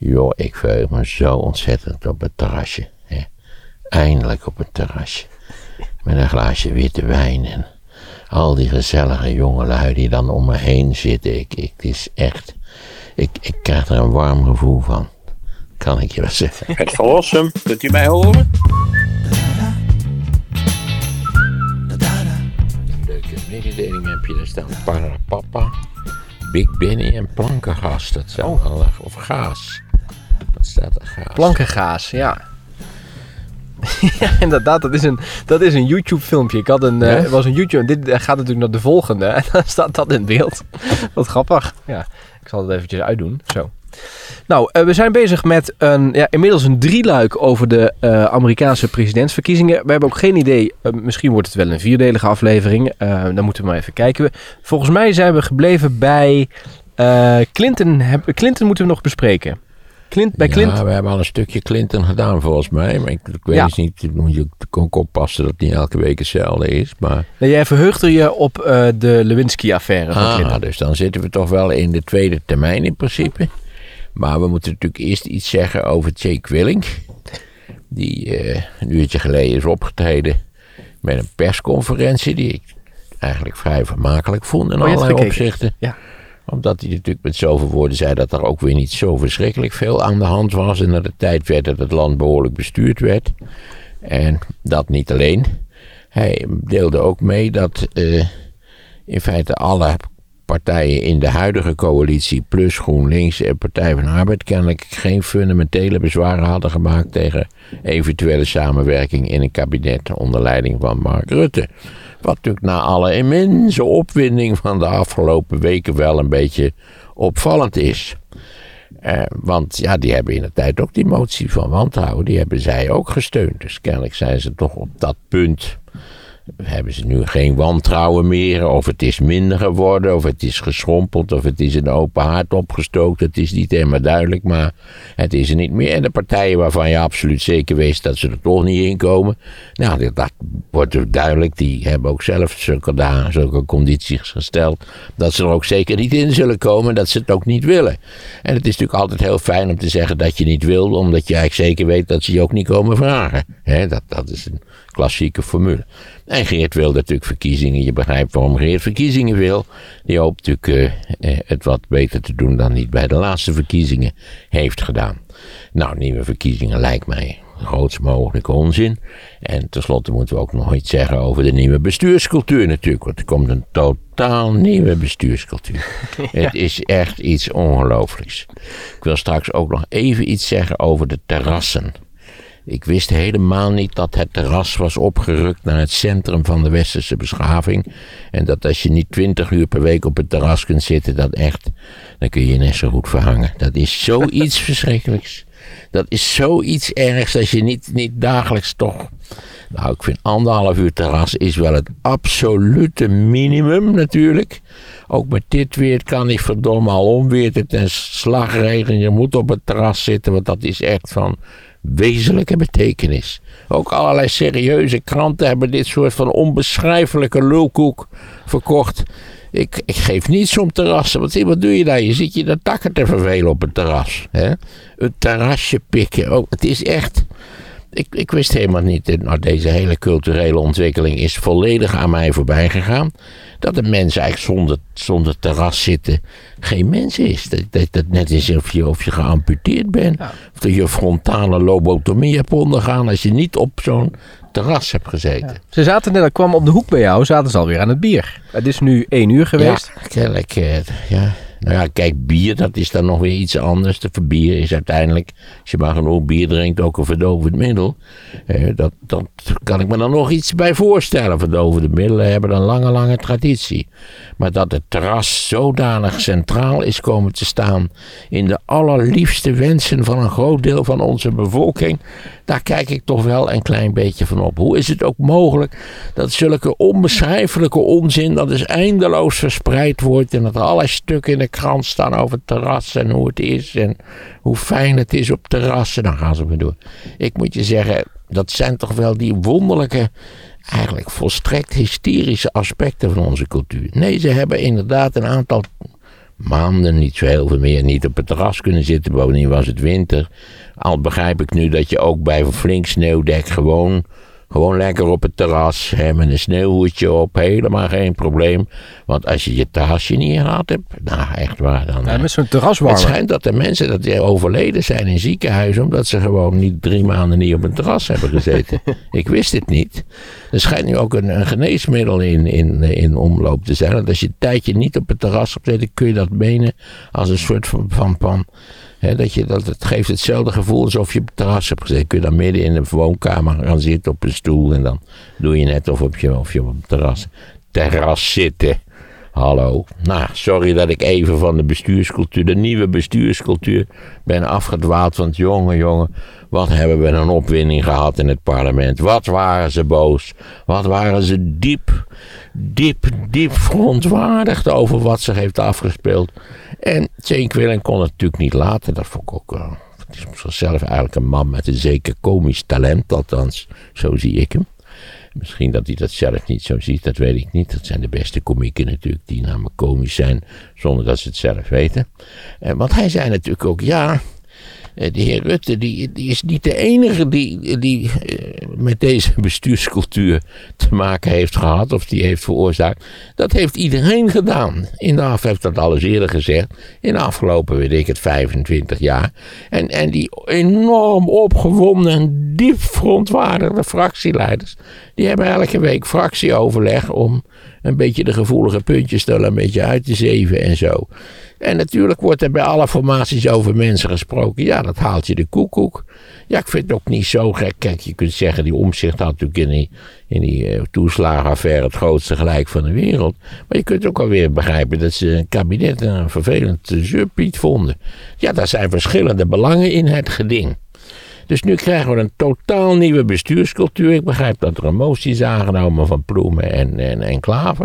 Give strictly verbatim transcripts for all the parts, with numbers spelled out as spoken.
Joh, ik verheug me zo ontzettend op het terrasje. Hè. Eindelijk op het terrasje. Met een glaasje witte wijn en al die gezellige jongelui die dan om me heen zitten. Ik, ik, het is echt... Ik, ik krijg er een warm gevoel van. Kan ik je wel zeggen. Het verlossen, kunt u mij horen? Een leuke mededeling heb je. Daar staan Parapapa, Big Benny en plankengas. Dat zijn oh. wel, of gaas. Wat staat er? Gaas. Plankengaas, ja. Ja, inderdaad, dat is een, dat is een YouTube-filmpje. Ik had een, ja? uh, was een YouTube, dit gaat natuurlijk naar de volgende. En dan staat dat in beeld. Wat grappig. Ja, ik zal het eventjes uitdoen. Zo. Nou, uh, we zijn bezig met een, ja, inmiddels een drieluik over de uh, Amerikaanse presidentsverkiezingen. We hebben ook geen idee, uh, misschien wordt het wel een vierdelige aflevering. Uh, dan moeten we maar even kijken. Volgens mij zijn we gebleven bij uh, Clinton. Heb, Clinton moeten we nog bespreken. Clint, bij Clinton. Ja, we hebben al een stukje Clinton gedaan volgens mij. Maar ik, ik weet ja. niet, moet je ook oppassen dat het niet elke week hetzelfde is. Maar... Nee, jij verheugde je op uh, de Lewinsky-affaire van ah, Clinton. Dus dan zitten we toch wel in de tweede termijn in principe. Maar we moeten natuurlijk eerst iets zeggen over Jake Willink. Die uh, een uurtje geleden is opgetreden met een persconferentie die ik eigenlijk vrij vermakelijk vond in oh, allerlei opzichten. Ja. Omdat hij natuurlijk met zoveel woorden zei dat er ook weer niet zo verschrikkelijk veel aan de hand was. En dat het tijd werd dat het land behoorlijk bestuurd werd. En dat niet alleen. Hij deelde ook mee dat uh, in feite alle partijen in de huidige coalitie plus GroenLinks en Partij van de Arbeid kennelijk geen fundamentele bezwaren hadden gemaakt tegen eventuele samenwerking in een kabinet onder leiding van Mark Rutte. Wat natuurlijk na alle immense opwinding van de afgelopen weken wel een beetje opvallend is. Uh, want ja, die hebben in de tijd ook die motie van wantrouwen, die hebben zij ook gesteund. Dus kennelijk zijn ze toch op dat punt, hebben ze nu geen wantrouwen meer, of het is minder geworden, of het is geschrompeld, of het is in de open haard opgestookt. Het is niet helemaal duidelijk, maar het is er niet meer. En de partijen waarvan je absoluut zeker weet dat ze er toch niet in komen, nou, dat wordt er duidelijk. Die hebben ook zelf zulke, zulke condities gesteld, dat ze er ook zeker niet in zullen komen, dat ze het ook niet willen. En het is natuurlijk altijd heel fijn om te zeggen dat je niet wil, omdat je eigenlijk zeker weet dat ze je ook niet komen vragen. He, dat, dat is een klassieke formule. En Geert wil natuurlijk verkiezingen. Je begrijpt waarom Geert verkiezingen wil. Die hoopt natuurlijk uh, het wat beter te doen dan hij bij de laatste verkiezingen heeft gedaan. Nou, nieuwe verkiezingen lijkt mij de grootst mogelijke onzin. En tenslotte moeten we ook nog iets zeggen over de nieuwe bestuurscultuur natuurlijk. Want er komt een totaal nieuwe bestuurscultuur. Ja. Het is echt iets ongelooflijks. Ik wil straks ook nog even iets zeggen over de terrassen. Ik wist helemaal niet dat het terras was opgerukt naar het centrum van de westerse beschaving. En dat als je niet twintig uur per week op het terras kunt zitten, dat echt, dan kun je je net zo goed verhangen. Dat is zoiets verschrikkelijks. Dat is zoiets ergs als je niet, niet dagelijks toch... Nou, ik vind anderhalf uur terras is wel het absolute minimum natuurlijk. Ook met dit weer kan niet verdomme al omweert het en slagregen. Je moet op het terras zitten, want dat is echt van wezenlijke betekenis. Ook allerlei serieuze kranten hebben dit soort van onbeschrijfelijke lulkoek verkocht. Ik, ik geef niets om terrassen. Want wat doe je daar? Je zit je de takken te vervelen op het terras. Hè? Een terrasje pikken. Oh, het is echt... Ik, ik wist helemaal niet, nou, deze hele culturele ontwikkeling is volledig aan mij voorbij gegaan. Dat een mens eigenlijk zonder, zonder terras zitten geen mens is. Dat, dat, dat net is of je, of je geamputeerd bent. Ja. Of dat je frontale lobotomie hebt ondergaan als je niet op zo'n terras hebt gezeten. Ja. Ze zaten net, ik kwam op de hoek bij jou, zaten ze alweer aan het bier. Het is nu één uur geweest. Ja, kennelijk, ja. Nou ja, kijk, bier, dat is dan nog weer iets anders. De bier is uiteindelijk, als je maar genoeg bier drinkt, ook een verdovend middel. Eh, dat, dat kan ik me dan nog iets bij voorstellen. Verdovende middelen hebben een lange, lange traditie. Maar dat het terras zodanig centraal is komen te staan in de allerliefste wensen van een groot deel van onze bevolking, daar kijk ik toch wel een klein beetje van op. Hoe is het ook mogelijk dat zulke onbeschrijfelijke onzin, dat is eindeloos verspreid wordt en dat er allerlei stukken in de krant staan over het terras en hoe het is en hoe fijn het is op terrassen. Dan gaan ze maar door. Ik moet je zeggen, dat zijn toch wel die wonderlijke, eigenlijk volstrekt hysterische aspecten van onze cultuur. Nee, ze hebben inderdaad een aantal maanden, niet zo heel veel meer, niet op het terras kunnen zitten. Bovendien was het winter. Al begrijp ik nu dat je ook bij een flink sneeuwdek gewoon... Gewoon lekker op het terras, hè, met een sneeuwhoedje op, helemaal geen probleem. Want als je je terrasje niet gehad hebt, nou echt waar dan... Ja, met zo'n terraswarmer. Het schijnt dat er mensen dat die overleden zijn in ziekenhuizen, omdat ze gewoon niet drie maanden niet op een terras hebben gezeten. Ik wist het niet. Er schijnt nu ook een, een geneesmiddel in, in, in omloop te zijn. Dat als je een tijdje niet op het terras hebt gezeten, kun je dat menen als een soort van... van, van He, dat je, dat, het geeft hetzelfde gevoel alsof je op het terras hebt gezeten. Kun je dan midden in de woonkamer gaan zitten op een stoel. En dan doe je net of, op je, of je op het terras, terras zitten. Hallo. Nou, sorry dat ik even van de bestuurscultuur, de nieuwe bestuurscultuur, ben afgedwaald. Want jongen, jongen, wat hebben we een opwinding gehad in het parlement. Wat waren ze boos. Wat waren ze diep, diep, diep verontwaardigd over wat zich heeft afgespeeld. En Jane Quillen kon het natuurlijk niet laten. Dat vond ik ook... Uh, het is op zichzelf eigenlijk een man met een zeker komisch talent. Althans, zo zie ik hem. Misschien dat hij dat zelf niet zo ziet, dat weet ik niet. Dat zijn de beste komieken natuurlijk, die namelijk komisch zijn, zonder dat ze het zelf weten. Uh, want hij zei natuurlijk ook, ja... De heer Rutte, die, die is niet de enige die, die uh, met deze bestuurscultuur te maken heeft gehad, of die heeft veroorzaakt. Dat heeft iedereen gedaan. In de af heeft dat alles eerder gezegd. In de afgelopen, weet ik het, vijfentwintig jaar. En, en die enorm opgewonden en diep verontwaardigde fractieleiders, die hebben elke week fractieoverleg om een beetje de gevoelige puntjes er een beetje uit te zeven en zo. En natuurlijk wordt er bij alle formaties over mensen gesproken. Ja, dat haalt je de koekoek. Ja, ik vind het ook niet zo gek. Kijk, je kunt zeggen, die Omtzigt had natuurlijk in die, in die uh, toeslagenaffaire het grootste gelijk van de wereld. Maar je kunt ook alweer begrijpen dat ze een kabinet een vervelend zeurpiet vonden. Ja, daar zijn verschillende belangen in het geding. Dus nu krijgen we een totaal nieuwe bestuurscultuur. Ik begrijp dat er een motie is aangenomen van Ploemen en, en, en Klaver.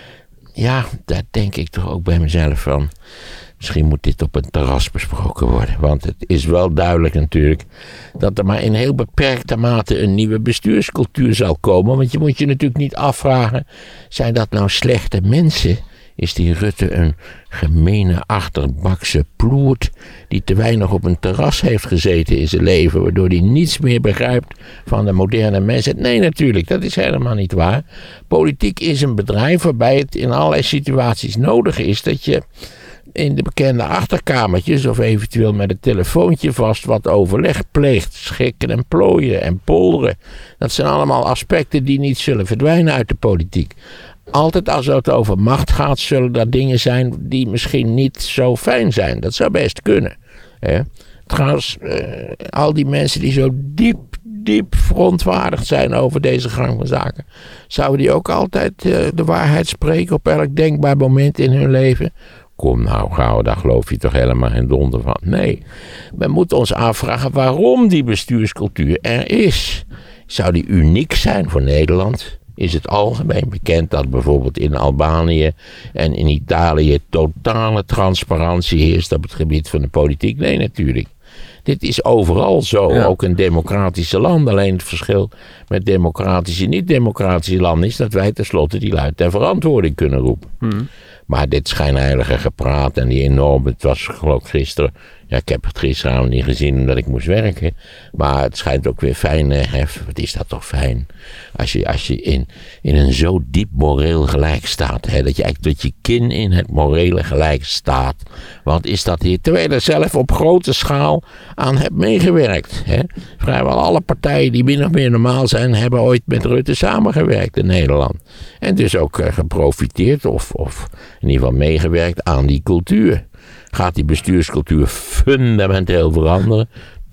Ja, daar denk ik toch ook bij mezelf van. Misschien moet dit op een terras besproken worden. Want het is wel duidelijk natuurlijk dat er maar in heel beperkte mate een nieuwe bestuurscultuur zal komen. Want je moet je natuurlijk niet afvragen, zijn dat nou slechte mensen? Is die Rutte een gemene achterbakse ploert die te weinig op een terras heeft gezeten in zijn leven, waardoor hij niets meer begrijpt van de moderne mensheid? Nee, natuurlijk, dat is helemaal niet waar. Politiek is een bedrijf waarbij het in allerlei situaties nodig is dat je in de bekende achterkamertjes of eventueel met een telefoontje vast wat overleg pleegt, schikken en plooien en polderen. Dat zijn allemaal aspecten die niet zullen verdwijnen uit de politiek. Altijd als het over macht gaat, zullen er dingen zijn die misschien niet zo fijn zijn. Dat zou best kunnen. Hè? Trouwens, uh, al die mensen die zo diep, diep verontwaardigd zijn over deze gang van zaken, zouden die ook altijd uh, de waarheid spreken op elk denkbaar moment in hun leven? Kom nou gauw, daar geloof je toch helemaal geen donder van. Nee, we moeten ons afvragen waarom die bestuurscultuur er is. Zou die uniek zijn voor Nederland? Is het algemeen bekend dat bijvoorbeeld in Albanië en in Italië totale transparantie heerst op het gebied van de politiek? Nee, natuurlijk. Dit is overal zo, ja. Ook in democratische landen. Alleen het verschil met democratische en niet-democratische landen is dat wij tenslotte die luid ter verantwoording kunnen roepen. Hmm. Maar dit schijnheilige gepraat en die enorme, het was geloof ik gisteren, ja, ik heb het gisteravond niet gezien omdat ik moest werken, maar het schijnt ook weer fijn, hè, wat is dat toch fijn, als je, als je in, in een zo diep moreel gelijk staat, hè, dat je eigenlijk tot je kin in het morele gelijk staat, want is dat hier, terwijl je er zelf op grote schaal aan hebt meegewerkt, hè. Vrijwel alle partijen die min of meer normaal zijn, hebben ooit met Rutte samengewerkt in Nederland, en dus ook uh, geprofiteerd of, of in ieder geval meegewerkt aan die cultuur. Gaat die bestuurscultuur fundamenteel veranderen?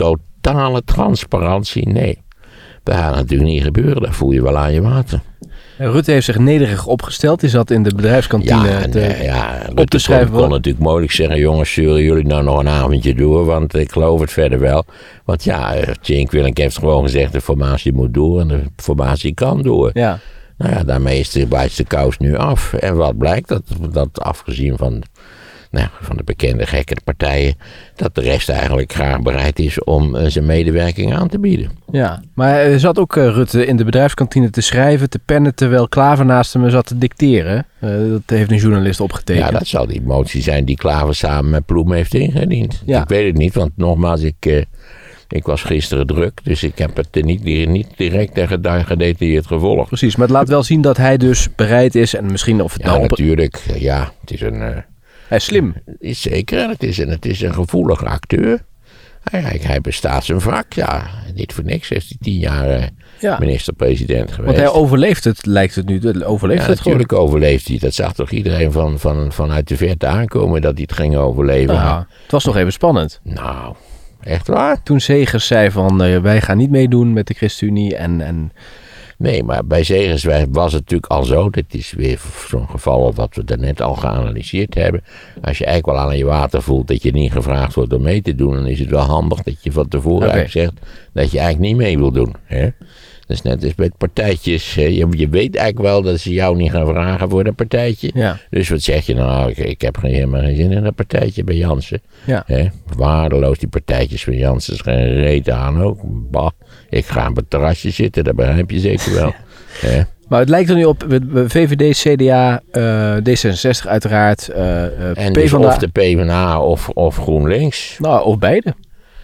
Totale transparantie? Nee. Dat gaat natuurlijk niet gebeuren. Dat voel je wel aan je water. Rutte heeft zich nederig opgesteld. Hij zat in de bedrijfskantine ja, te, nee, ja, op Rutte te schrijven. kon, kon natuurlijk moeilijk zeggen, jongens, zeuren jullie nou nog een avondje door, want ik geloof het verder wel. Want ja, Cenk Willink heeft gewoon gezegd, de formatie moet door en de formatie kan door. Ja. Nou ja, daarmee is de, is de kous nu af. En wat blijkt, dat, dat afgezien van nou, van de bekende gekke partijen, dat de rest eigenlijk graag bereid is om uh, zijn medewerking aan te bieden. Ja, maar er zat ook uh, Rutte in de bedrijfskantine te schrijven, te pennen, terwijl Klaver naast hem zat te dicteren. Uh, dat heeft een journalist opgetekend. Ja, dat zal die motie zijn die Klaver samen met Ploem heeft ingediend. Ja. Ik weet het niet, want nogmaals, ik, uh, ik was gisteren druk, dus ik heb het niet, niet direct en gedetailleerd gevolgd. Precies, maar het laat wel zien dat hij dus bereid is en misschien of het Ja, nou op... natuurlijk. Ja, het is een... Uh, Hij is slim. Is zeker, en het is een, het is een gevoelige acteur. Hij, hij, hij bestaat zijn vak, ja. Niet voor niks is hij tien jaar uh, Ja. minister-president geweest. Want hij overleeft het, lijkt het nu. Overleeft ja, het natuurlijk overleeft hij. Dat zag toch iedereen van, van, vanuit de verte aankomen dat hij het ging overleven. Nou, het was nog even spannend. Nou, echt waar? Toen Segers zei van uh, wij gaan niet meedoen met de ChristenUnie en... en Nee, maar bij Segers was het natuurlijk al zo. Dit is weer zo'n geval wat we daarnet al geanalyseerd hebben. Als je eigenlijk wel aan je water voelt dat je niet gevraagd wordt om mee te doen, dan is het wel handig dat je van tevoren Okay. eigenlijk zegt dat je eigenlijk niet mee wil doen. Hè? Dat is net als met partijtjes. Je, je weet eigenlijk wel dat ze jou niet gaan vragen voor een partijtje. Ja. Dus wat zeg je nou? Ik, ik heb geen, helemaal geen zin in een partijtje bij Jansen. Ja. Hè? Waardeloos die partijtjes van Jansen. Is geen reet aan ook. Bah, ik ga op het terrasje zitten, dat begrijp je zeker wel. Hè? Maar het lijkt er nu op V V D, C D A, uh, D zesenzestig uiteraard, uh, uh, En dus PvdA. of de PvdA of, of GroenLinks. Nou, of beide.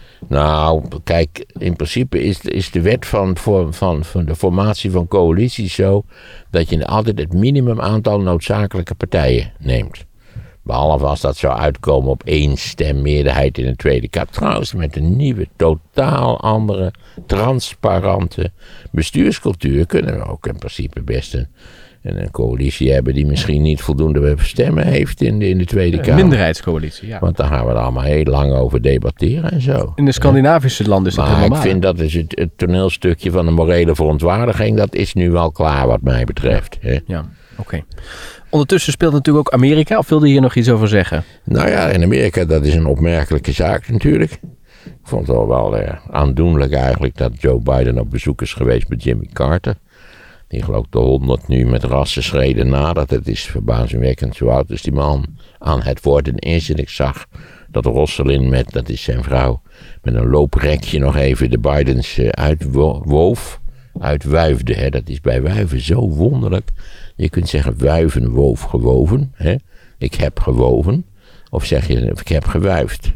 Nou, kijk, in principe is, is de wet van, van, van, van de formatie van coalities zo dat je altijd het minimum aantal noodzakelijke partijen neemt. Behalve als dat zou uitkomen op één stemmeerderheid in de Tweede Kamer. Trouwens, met een nieuwe, totaal andere, transparante bestuurscultuur kunnen we ook in principe best een, een coalitie hebben die misschien niet voldoende stemmen heeft in de, in de Tweede Kamer. Een minderheidscoalitie, ja. Want daar gaan we er allemaal heel lang over debatteren en zo. In de Scandinavische landen is dat Maar helemaal. ik vind dat is het, het toneelstukje van de morele verontwaardiging, dat is nu wel klaar wat mij betreft. Hè? Ja, oké. Okay. Ondertussen speelt natuurlijk ook Amerika. Of wilde je hier nog iets over zeggen? Nou ja, in Amerika, dat is een opmerkelijke zaak natuurlijk. Ik vond het wel, wel eh, aandoenlijk eigenlijk dat Joe Biden op bezoek is geweest bij Jimmy Carter. Die geloof ik de honderd nu met rassenschreden nadert. Het is verbazingwekkend zo oud als die man aan het worden is. En ik zag dat Rosalind met, dat is zijn vrouw, met een looprekje nog even de Bidens uh, uitwoof. Uitwuifde, hè. Dat is bij wuiven zo wonderlijk. Je kunt zeggen wuiven, woof, gewoven. Hè. Ik heb gewoven. Of zeg je, ik heb gewuifd.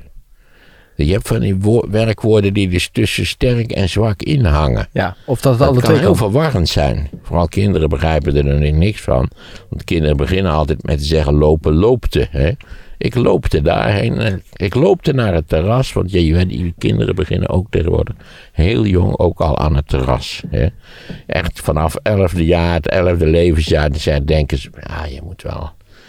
Je hebt van die wo- werkwoorden die dus tussen sterk en zwak inhangen. Ja, of dat het Dat alle kan twee heel kan. verwarrend zijn. Vooral kinderen begrijpen er nog niks van. Want kinderen beginnen altijd met te zeggen lopen, loopte. Hè. Ik loopte daarheen. Ik loopte naar het terras. Want je weet, die kinderen beginnen ook tegenwoordig heel jong ook al aan het terras. Hè. Echt vanaf elfde jaar, het elfde levensjaar. Dan denken ze, ja, je moet wel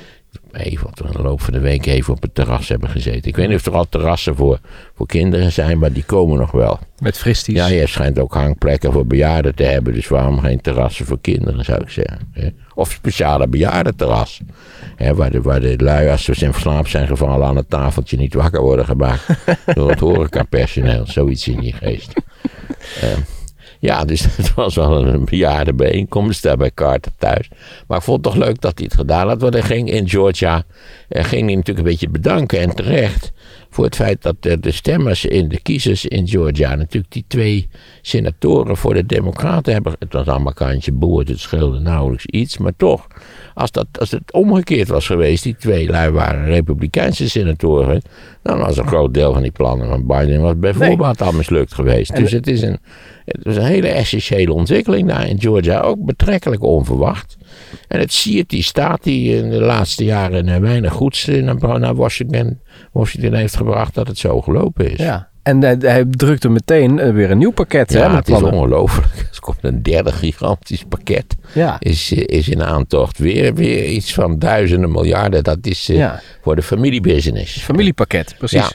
even op de loop van de week even op het terras hebben gezeten. Ik weet niet of er al terrassen voor, voor kinderen zijn, maar die komen nog wel. Met fristies. Ja, je schijnt ook hangplekken voor bejaarden te hebben, dus waarom geen terrassen voor kinderen, zou ik zeggen. Hè? Of speciale bejaardenterras. Hè, waar, de, waar de lui, als ze in slaap zijn gevallen, aan het tafeltje niet wakker worden gemaakt door het horecapersoneel. Zoiets in die geest. Uh, Ja, dus het was wel een bejaardenbijeenkomst daar bij Carter thuis. Maar ik vond het toch leuk dat hij het gedaan had. Want hij ging in Georgia, hij ging hij natuurlijk een beetje bedanken en terecht voor het feit dat de, de stemmers, in de kiezers in Georgia, natuurlijk die twee senatoren voor de Democraten hebben. Het was allemaal kantje boord, het scheelde nauwelijks iets, maar toch. Als, dat, als het omgekeerd was geweest, die twee lui waren Republikeinse senatoren, dan was een groot deel van die plannen van Biden was bijvoorbeeld nee. al mislukt geweest. En dus het is een, het was een hele essentiële ontwikkeling daar in Georgia, ook betrekkelijk onverwacht. En het siert die staat die in de laatste jaren weinig goeds naar, naar Washington, Washington heeft gebracht, dat het zo gelopen is. Ja. En hij, hij drukte meteen uh, weer een nieuw pakket. Ja, hè, met het plannen. is ongelooflijk. Er komt een derde gigantisch pakket. Ja. Is, is in aantocht. Weer, weer iets van duizenden miljarden. Dat is uh, ja. voor de familiebusiness. Familiepakket, precies. Ja.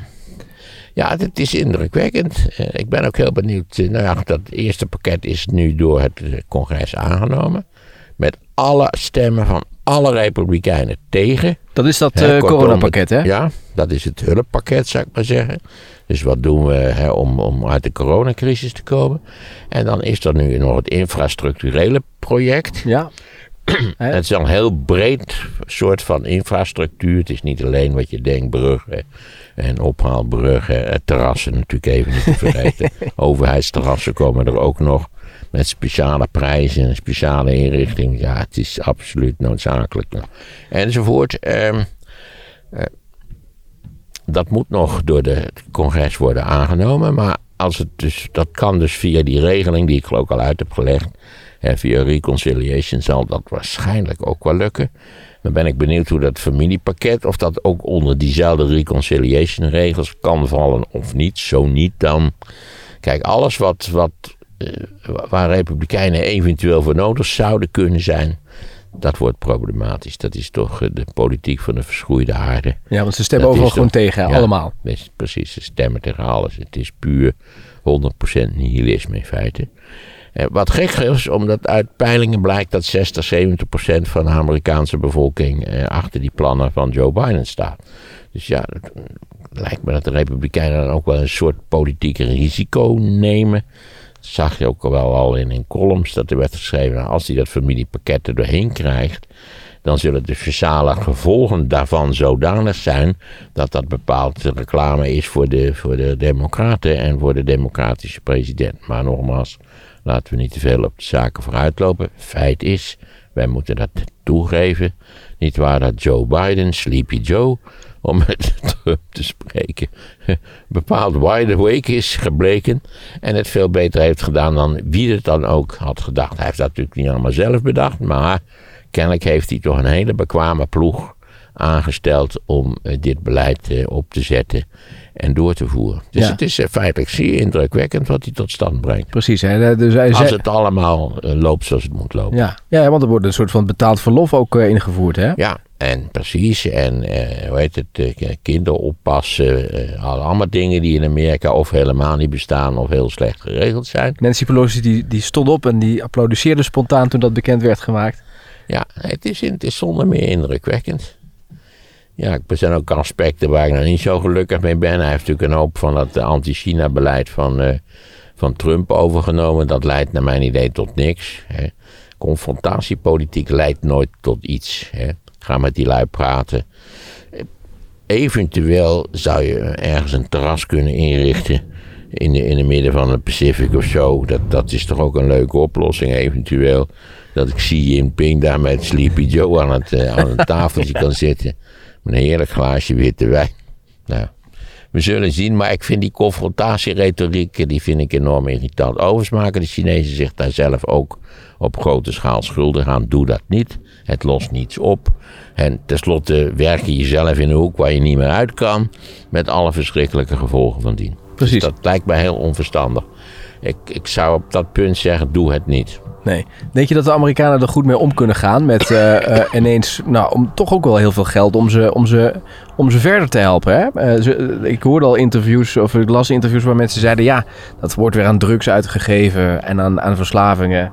Ja, het is indrukwekkend. Uh, ik ben ook heel benieuwd. Uh, nou ja, dat eerste pakket is nu door het uh, congres aangenomen. Met alle stemmen van alle republikeinen tegen. Dat is dat uh, coronapakket, hè? Ja, dat is het hulppakket, zou ik maar zeggen. Dus wat doen we hè, om, om uit de coronacrisis te komen? En dan is er nu nog het infrastructurele project. Ja. Het is een heel breed soort van infrastructuur. Het is niet alleen wat je denkt, bruggen en ophaalbruggen. Terrassen natuurlijk even niet te vergeten. Overheidsterrassen komen er ook nog. Met speciale prijzen en speciale inrichting. Ja, het is absoluut noodzakelijk. Enzovoort. Um, uh, dat moet nog door de congres worden aangenomen. Maar als het dus, dat kan dus via die regeling die ik geloof al uit heb gelegd. En via reconciliation zal dat waarschijnlijk ook wel lukken. Dan ben ik benieuwd hoe dat familiepakket, of dat ook onder diezelfde reconciliation regels kan vallen of niet. Zo niet dan. Kijk, alles wat, wat, uh, waar republikeinen eventueel voor nodig zouden kunnen zijn, dat wordt problematisch. Dat is toch uh, de politiek van de verschroeide aarde. Ja, want ze stemmen overal gewoon toch, tegen, ja, allemaal. Is, precies, ze stemmen tegen alles. Het is puur honderd procent nihilisme in feite. Wat gek is, omdat uit peilingen blijkt dat zestig, zeventig procent van de Amerikaanse bevolking eh, achter die plannen van Joe Biden staat. Dus ja, het lijkt me dat de Republikeinen dan ook wel een soort politieke risico nemen. Dat zag je ook wel al in, in columns dat er werd geschreven. Als hij dat familiepakket er doorheen krijgt, dan zullen de sociale gevolgen daarvan zodanig zijn dat dat bepaald reclame is voor de, voor de democraten en voor de democratische president. Maar nogmaals, laten we niet te veel op de zaken vooruitlopen. Feit is, wij moeten dat toegeven. Niet waar dat Joe Biden, Sleepy Joe, om met Trump te spreken, bepaald wide awake is gebleken. En het veel beter heeft gedaan dan wie het dan ook had gedacht. Hij heeft dat natuurlijk niet allemaal zelf bedacht, maar kennelijk heeft hij toch een hele bekwame ploeg aangesteld om uh, dit beleid uh, op te zetten en door te voeren. Dus ja. Het is uh, feitelijk zeer indrukwekkend wat hij tot stand brengt. Precies. Hè? Dus hij Als zei... het allemaal uh, loopt zoals het moet lopen. Ja. ja, want er wordt een soort van betaald verlof ook uh, ingevoerd, hè? Ja, en precies. En uh, hoe heet het, uh, kinderoppassen, uh, allemaal dingen die in Amerika of helemaal niet bestaan of heel slecht geregeld zijn. Nancy Pelosi die, die stond op en die applaudisseerde spontaan toen dat bekend werd gemaakt. Ja, het is, het is zonder meer indrukwekkend. Ja, er zijn ook aspecten waar ik nog niet zo gelukkig mee ben. Hij heeft natuurlijk een hoop van dat anti-China-beleid van, uh, van Trump overgenomen. Dat leidt naar mijn idee tot niks. Hè. Confrontatiepolitiek leidt nooit tot iets. Hè. Ga met die lui praten. Eventueel zou je ergens een terras kunnen inrichten in de, in het midden van het Pacific of zo. Dat, dat is toch ook een leuke oplossing eventueel. Dat ik Xi Jinping daar met Sleepy Joe aan het, uh, aan een tafeltje kan zitten. Met een heerlijk glaasje witte wijn. Nou, we zullen zien, maar ik vind die confrontatieretoriek, die vind ik enorm irritant. Overigens maken de Chinezen zich daar zelf ook op grote schaal schuldig aan. Doe dat niet. Het lost niets op. En tenslotte werk je jezelf in een hoek waar je niet meer uit kan, met alle verschrikkelijke gevolgen van dien. Precies. Dus dat lijkt mij heel onverstandig. Ik, ik zou op dat punt zeggen, doe het niet. Nee. Denk je dat de Amerikanen er goed mee om kunnen gaan met uh, uh, ineens, nou, om toch ook wel heel veel geld om ze, om ze, om ze verder te helpen? Hè? Uh, ze, ik hoorde al interviews, of ik las interviews waar mensen zeiden, ja, dat wordt weer aan drugs uitgegeven en aan, aan verslavingen.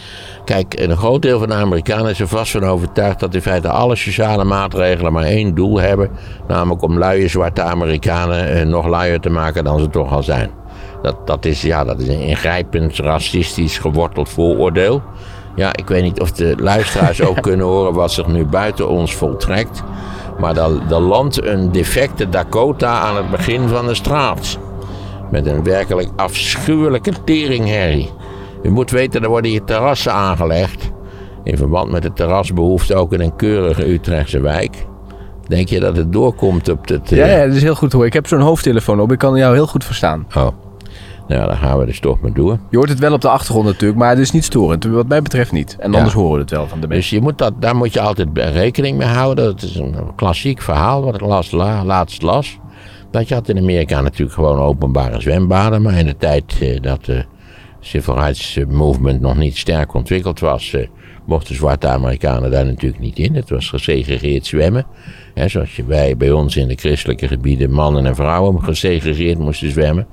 Kijk, een groot deel van de Amerikanen is er vast van overtuigd dat in feite alle sociale maatregelen maar één doel hebben. Namelijk om luie zwarte Amerikanen eh, nog luier te maken dan ze toch al zijn. Dat, dat, is, ja, dat is een ingrijpend racistisch geworteld vooroordeel. Ja, ik weet niet of de luisteraars ook kunnen horen wat zich nu buiten ons voltrekt. Maar er landt een defecte Dakota aan het begin van de straat. Met een werkelijk afschuwelijke teringherrie. U moet weten, er worden hier terrassen aangelegd. In verband met de terrasbehoefte ook in een keurige Utrechtse wijk. Denk je dat het doorkomt op het... Uh... Ja, ja, dat is heel goed hoor. Ik heb zo'n hoofdtelefoon op. Ik kan jou heel goed verstaan. Oh. Nou, dan gaan we dus toch maar door. Je hoort het wel op de achtergrond natuurlijk, maar het is niet storend. Wat mij betreft niet. En anders ja. horen we het wel van de mensen. Dus je moet dat, daar moet je altijd rekening mee houden. Dat is een klassiek verhaal wat ik laatst, laatst las. Dat je had in Amerika natuurlijk gewoon openbare zwembaden. Maar in de tijd uh, dat de Civil Rights Movement nog niet sterk ontwikkeld was, uh, mochten zwarte Amerikanen daar natuurlijk niet in. Het was gesegregeerd zwemmen. He, zoals je bij, bij ons in de christelijke gebieden mannen en vrouwen gesegregeerd moesten zwemmen.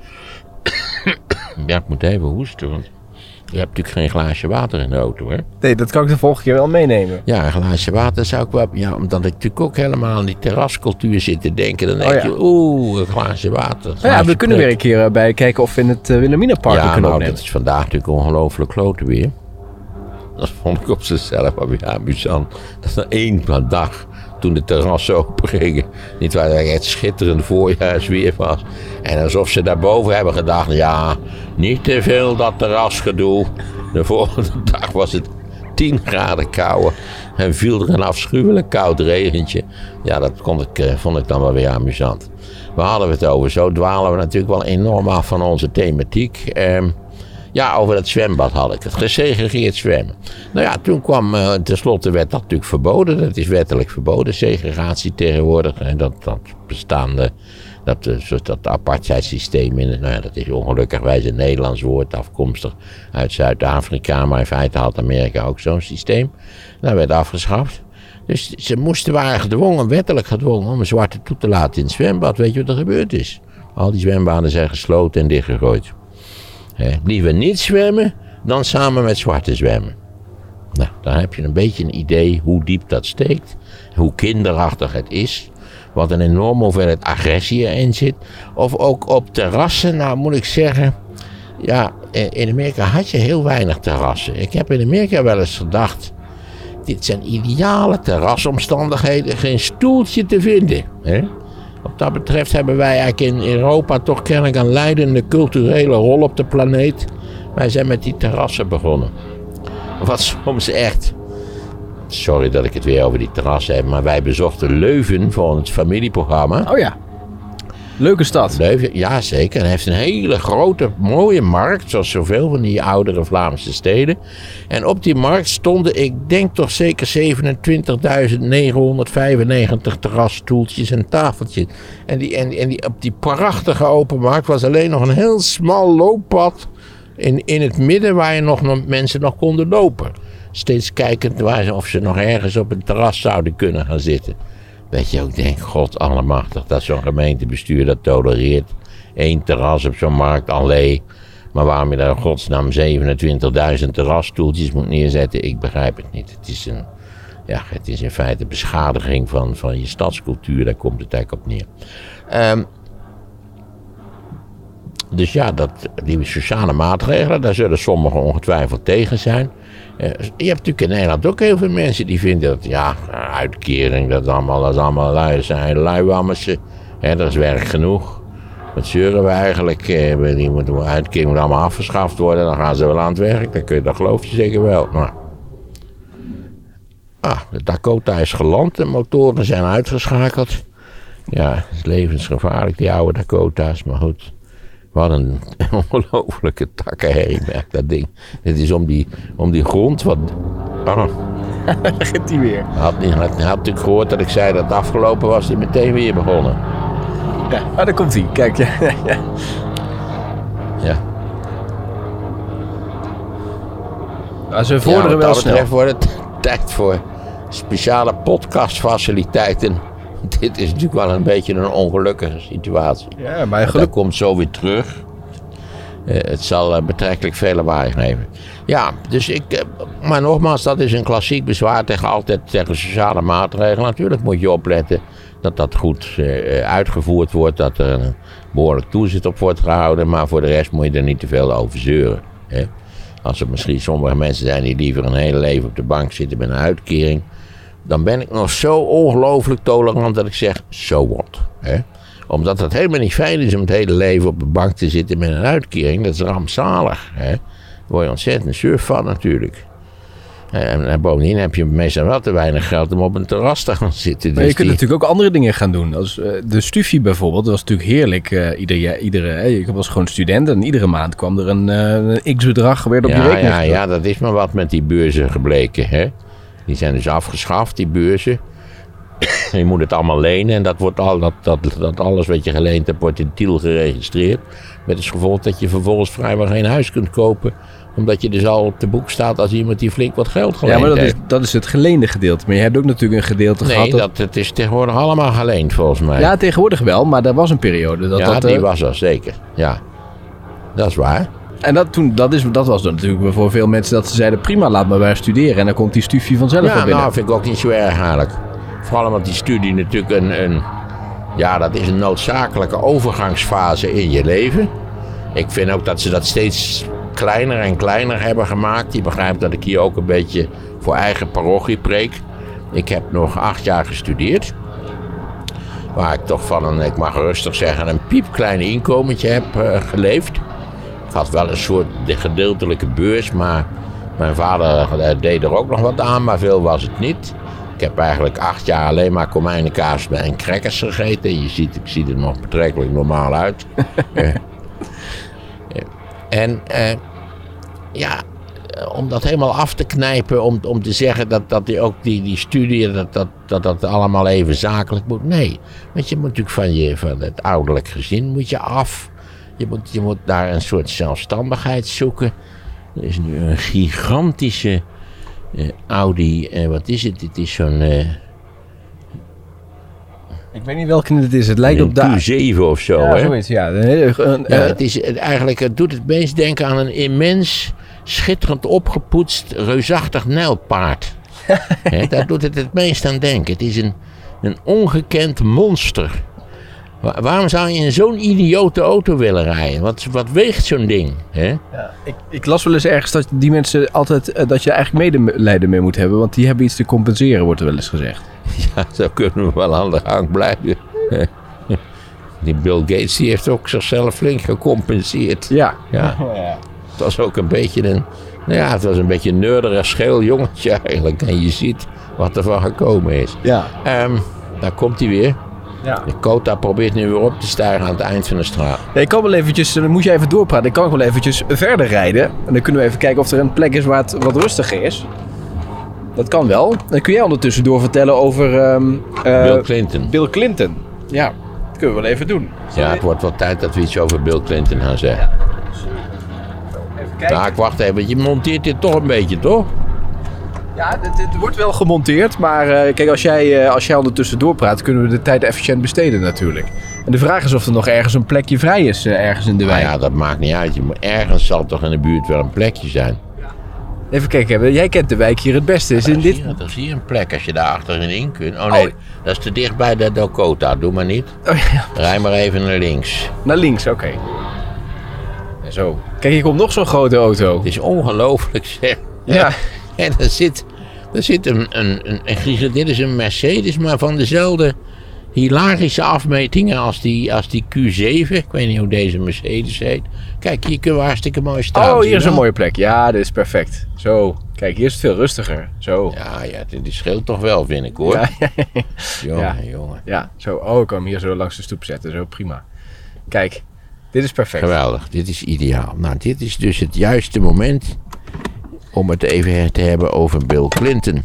Ja, ik moet even hoesten, want je hebt natuurlijk geen glaasje water in de auto, hè? Nee, dat kan ik de volgende keer wel meenemen. Ja, een glaasje water zou ik wel... Ja, omdat ik natuurlijk ook helemaal aan die terrascultuur zit te denken. Dan denk oh, ja. je, oeh, een glaasje water. Een glaasje ja, we kunnen weer een keer bij kijken of we in het uh, Wilhelminapark ja, kunnen nou, opnemen. dat is vandaag natuurlijk ongelooflijk kloten weer. Dat vond ik op zichzelf wel weer amusant. Dat er één dag, toen de terrassen open gingen, niet waar het echt schitterend voorjaarsweer was. En alsof ze daarboven hebben gedacht, ja, niet te veel dat terrasgedoe. De volgende dag was het tien graden kouder en viel er een afschuwelijk koud regentje. Ja, dat kon ik, vond ik dan wel weer amusant. Waar hadden we het over? Zo dwalen we natuurlijk wel enorm af van onze thematiek. Eh, ja, over het zwembad had ik het. Gesegregeerd zwemmen. Nou ja, toen kwam, uh, tenslotte werd dat natuurlijk verboden. Dat is wettelijk verboden, segregatie tegenwoordig. En dat, dat bestaande, dat, dat apartheidssysteem, in, nou ja, dat is ongelukkigwijs een Nederlands woord, afkomstig uit Zuid-Afrika. Maar in feite had Amerika ook zo'n systeem. Dat werd afgeschaft. Dus ze moesten, waren gedwongen, wettelijk gedwongen, om een zwarte toe te laten in het zwembad. Weet je wat er gebeurd is? Al die zwembaden zijn gesloten en dichtgegooid. He, liever niet zwemmen dan samen met zwarte zwemmen. Nou, dan heb je een beetje een idee hoe diep dat steekt. Hoe kinderachtig het is. Wat een enorme hoeveelheid agressie erin zit. Of ook op terrassen, nou moet ik zeggen. Ja, in Amerika had je heel weinig terrassen. Ik heb in Amerika wel eens gedacht. Dit zijn ideale terrasomstandigheden. Geen stoeltje te vinden. Hè? Wat dat betreft hebben wij eigenlijk in Europa toch kennelijk een leidende culturele rol op de planeet. Wij zijn met die terrassen begonnen. Wat soms echt... Sorry dat ik het weer over die terrassen heb, maar wij bezochten Leuven voor het familieprogramma. Oh ja. Leuke stad. Leuven, ja zeker. Het heeft een hele grote, mooie markt, zoals zoveel van die oudere Vlaamse steden. En op die markt stonden, ik denk toch zeker zevenentwintigduizend negenhonderdvijfennegentig terrasstoeltjes en tafeltjes. En, die, en, en die, op die prachtige open markt was alleen nog een heel smal looppad in, in het midden waar je nog, nog, mensen nog konden lopen. Steeds kijkend waar ze, of ze nog ergens op een terras zouden kunnen gaan zitten. Dat je ook denkt, god allemachtig, dat zo'n gemeentebestuur dat tolereert. Eén terras op zo'n markt, allee. Maar waarom je daar in godsnaam zevenentwintigduizend terrasstoeltjes moet neerzetten, ik begrijp het niet. Het is, een, ja, het is in feite beschadiging van, van je stadscultuur, daar komt het eigenlijk op neer. Um, dus ja, dat, die sociale maatregelen, daar zullen sommigen ongetwijfeld tegen zijn. Uh, je hebt natuurlijk in Nederland ook heel veel mensen die vinden dat, ja, uitkering, dat is allemaal, dat is allemaal lui zijn, luiwammersen. Hè, dat is werk genoeg. Wat zeuren we eigenlijk? Uh, die moet, uitkering moet allemaal afgeschaft worden, dan gaan ze wel aan het werk. Dan kun je, dat geloof je zeker wel. Maar, ah, de Dakota is geland, de motoren zijn uitgeschakeld. Ja, het is levensgevaarlijk, die oude Dakota's, maar goed. Wat een ongelofelijke takkenherrie, merk dat ding. Het is om die, om die grond wat... Oh. Gaat die weer. Hij had, had, had natuurlijk gehoord dat ik zei dat het afgelopen was, die meteen weer begonnen. Ja, ah, daar komt hij. Kijk, ja. ja. Ja. Nou, ze vorderen ja, wel snel. Betreft wordt het tijd voor speciale podcastfaciliteiten. Dit is natuurlijk wel een beetje een ongelukkige situatie. Ja, maar geluk... Dat komt zo weer terug. Uh, het zal uh, betrekkelijk veel lawaai geven. Ja, dus ik... Uh, maar nogmaals, dat is een klassiek bezwaar tegen altijd tegen sociale maatregelen. Natuurlijk moet je opletten dat dat goed uh, uitgevoerd wordt. Dat er een behoorlijk toezicht op wordt gehouden. Maar voor de rest moet je er niet te veel over zeuren. Hè? Als er misschien sommige mensen zijn die liever een hele leven op de bank zitten met een uitkering. Dan ben ik nog zo ongelooflijk tolerant dat ik zeg, so what. Hè? Omdat het helemaal niet fijn is om het hele leven op de bank te zitten met een uitkering. Dat is rampzalig. Hè? Daar word je ontzettend surf van natuurlijk. En, en bovendien heb je meestal wel te weinig geld om op een terras te gaan zitten. Maar dus je kunt die... natuurlijk ook andere dingen gaan doen. Als, uh, de stufie bijvoorbeeld, dat was natuurlijk heerlijk. Uh, ieder, iedere, uh, ik was gewoon student en iedere maand kwam er een, uh, een x-bedrag weer op ja, je rekening. Ja, ja, dat is maar wat met die beurzen gebleken. Hè? Die zijn dus afgeschaft, die beurzen. Je moet het allemaal lenen en dat wordt al, dat, dat, dat alles wat je geleend hebt wordt in Tiel geregistreerd. Met het gevolg dat je vervolgens vrijwel geen huis kunt kopen. Omdat je dus al op de boek staat als iemand die flink wat geld geleend heeft. Ja, maar dat is, dat is het geleende gedeelte. Maar je hebt ook natuurlijk een gedeelte nee, gehad... Nee, dat... het is tegenwoordig allemaal geleend volgens mij. Ja, tegenwoordig wel, maar er was een periode dat ja, dat... die uh... was er zeker. Ja, dat is waar. En dat, toen, dat, is, dat was dan natuurlijk voor veel mensen dat ze zeiden... prima, laat maar bij studeren en dan komt die stufie vanzelf ja, wel binnen. Ja, nou vind ik ook niet zo erg eigenlijk. Vooral omdat die studie natuurlijk een, een... Ja, dat is een noodzakelijke overgangsfase in je leven. Ik vind ook dat ze dat steeds kleiner en kleiner hebben gemaakt. Je begrijpt dat ik hier ook een beetje voor eigen parochie preek. Ik heb nog acht jaar gestudeerd. Waar ik toch van een, ik mag rustig zeggen, een piepklein inkomentje heb uh, geleefd. Ik had wel een soort gedeeltelijke beurs, maar mijn vader uh, deed er ook nog wat aan, maar veel was het niet. Ik heb eigenlijk acht jaar alleen maar komijnenkaas en crackers gegeten. Je ziet, ik zie er nog betrekkelijk normaal uit. uh, uh, en uh, ja, om dat helemaal af te knijpen, om, om te zeggen dat, dat die, ook die, die studie, dat dat, dat dat allemaal even zakelijk moet. Nee, want je moet natuurlijk van, je, van het ouderlijk gezin moet je af. Je moet, je moet daar een soort zelfstandigheid zoeken. Er is nu een gigantische uh, Audi, uh, wat is het? Het is zo'n... Uh, ik weet niet welke het is, het lijkt een op de... Q zeven of zo, ja, hè? Zoiets, ja, een hele, een, ja, uh, het is het, eigenlijk, het doet het meest denken aan een immens, schitterend opgepoetst, reusachtig nijlpaard. He, daar doet het het meest aan denken. Het is een, een ongekend monster. Waar, waarom zou je in zo'n idiote auto willen rijden? Wat, wat weegt zo'n ding? He? Ja, ik, ik las wel eens ergens dat die mensen altijd, uh, dat je eigenlijk medelijden mee moet hebben, want die hebben iets te compenseren, wordt er wel eens gezegd. Ja, zo kunnen we wel aan de gang blijven. Die Bill Gates die heeft ook zichzelf flink gecompenseerd. Ja. Ja. Het was ook een beetje een, nou ja, het was een beetje een neurderig scheel jongetje eigenlijk. En je ziet wat er van gekomen is. Ja. Um, daar komt hij weer. Ja. De Kota probeert nu weer op te stijgen aan het eind van de straat. Nee, ik kan wel eventjes, dan moet je even doorpraten. Ik kan wel eventjes verder rijden. En dan kunnen we even kijken of er een plek is waar het wat rustiger is. Dat kan wel. Dan kun jij ondertussen doorvertellen over... Um, uh, Bill Clinton. Bill Clinton. Ja, dat kunnen we wel even doen. Ja, het wordt wel tijd dat we iets over Bill Clinton gaan zeggen. Ja. Even kijken. Nou, ik wacht even, want je monteert dit toch een beetje, toch? Ja, het, het wordt wel gemonteerd. Maar uh, kijk, als jij, uh, als jij ondertussen doorpraat, kunnen we de tijd efficiënt besteden natuurlijk. En de vraag is of er nog ergens een plekje vrij is, uh, ergens in de wijk. Nou ja, dat maakt niet uit. Je moet, ergens zal toch in de buurt wel een plekje zijn. Even kijken, jij kent de wijk hier het beste. Is Ja, in dit... Hier, dat is hier een plek als je daar achterin kunt. Oh nee, Oh. dat is te dicht bij de Dakota. Doe maar niet. Oh, ja. Rij maar even naar links. Naar links, oké. Okay. En zo. Kijk, hier komt nog zo'n grote auto. Het is ongelooflijk, zeg. Ja. En er zit, er zit een, een, een, een... Dit is een Mercedes, maar van dezelfde hilarische afmetingen als die, als die Q zeven. Ik weet niet hoe deze Mercedes heet. Kijk, hier kunnen we hartstikke mooi staan. Oh, hier is een mooie plek. Ja, dit is perfect. Zo. Kijk, hier is het veel rustiger. Zo. Ja, ja, dit scheelt toch wel, vind ik, hoor. Ja, ja, ja. Jongen, Ja. jongen. Ja, zo. Oh, ik kan hem hier zo langs de stoep zetten. Zo, prima. Kijk, dit is perfect. Geweldig, dit is ideaal. Nou, dit is dus het juiste moment om het even te hebben over Bill Clinton.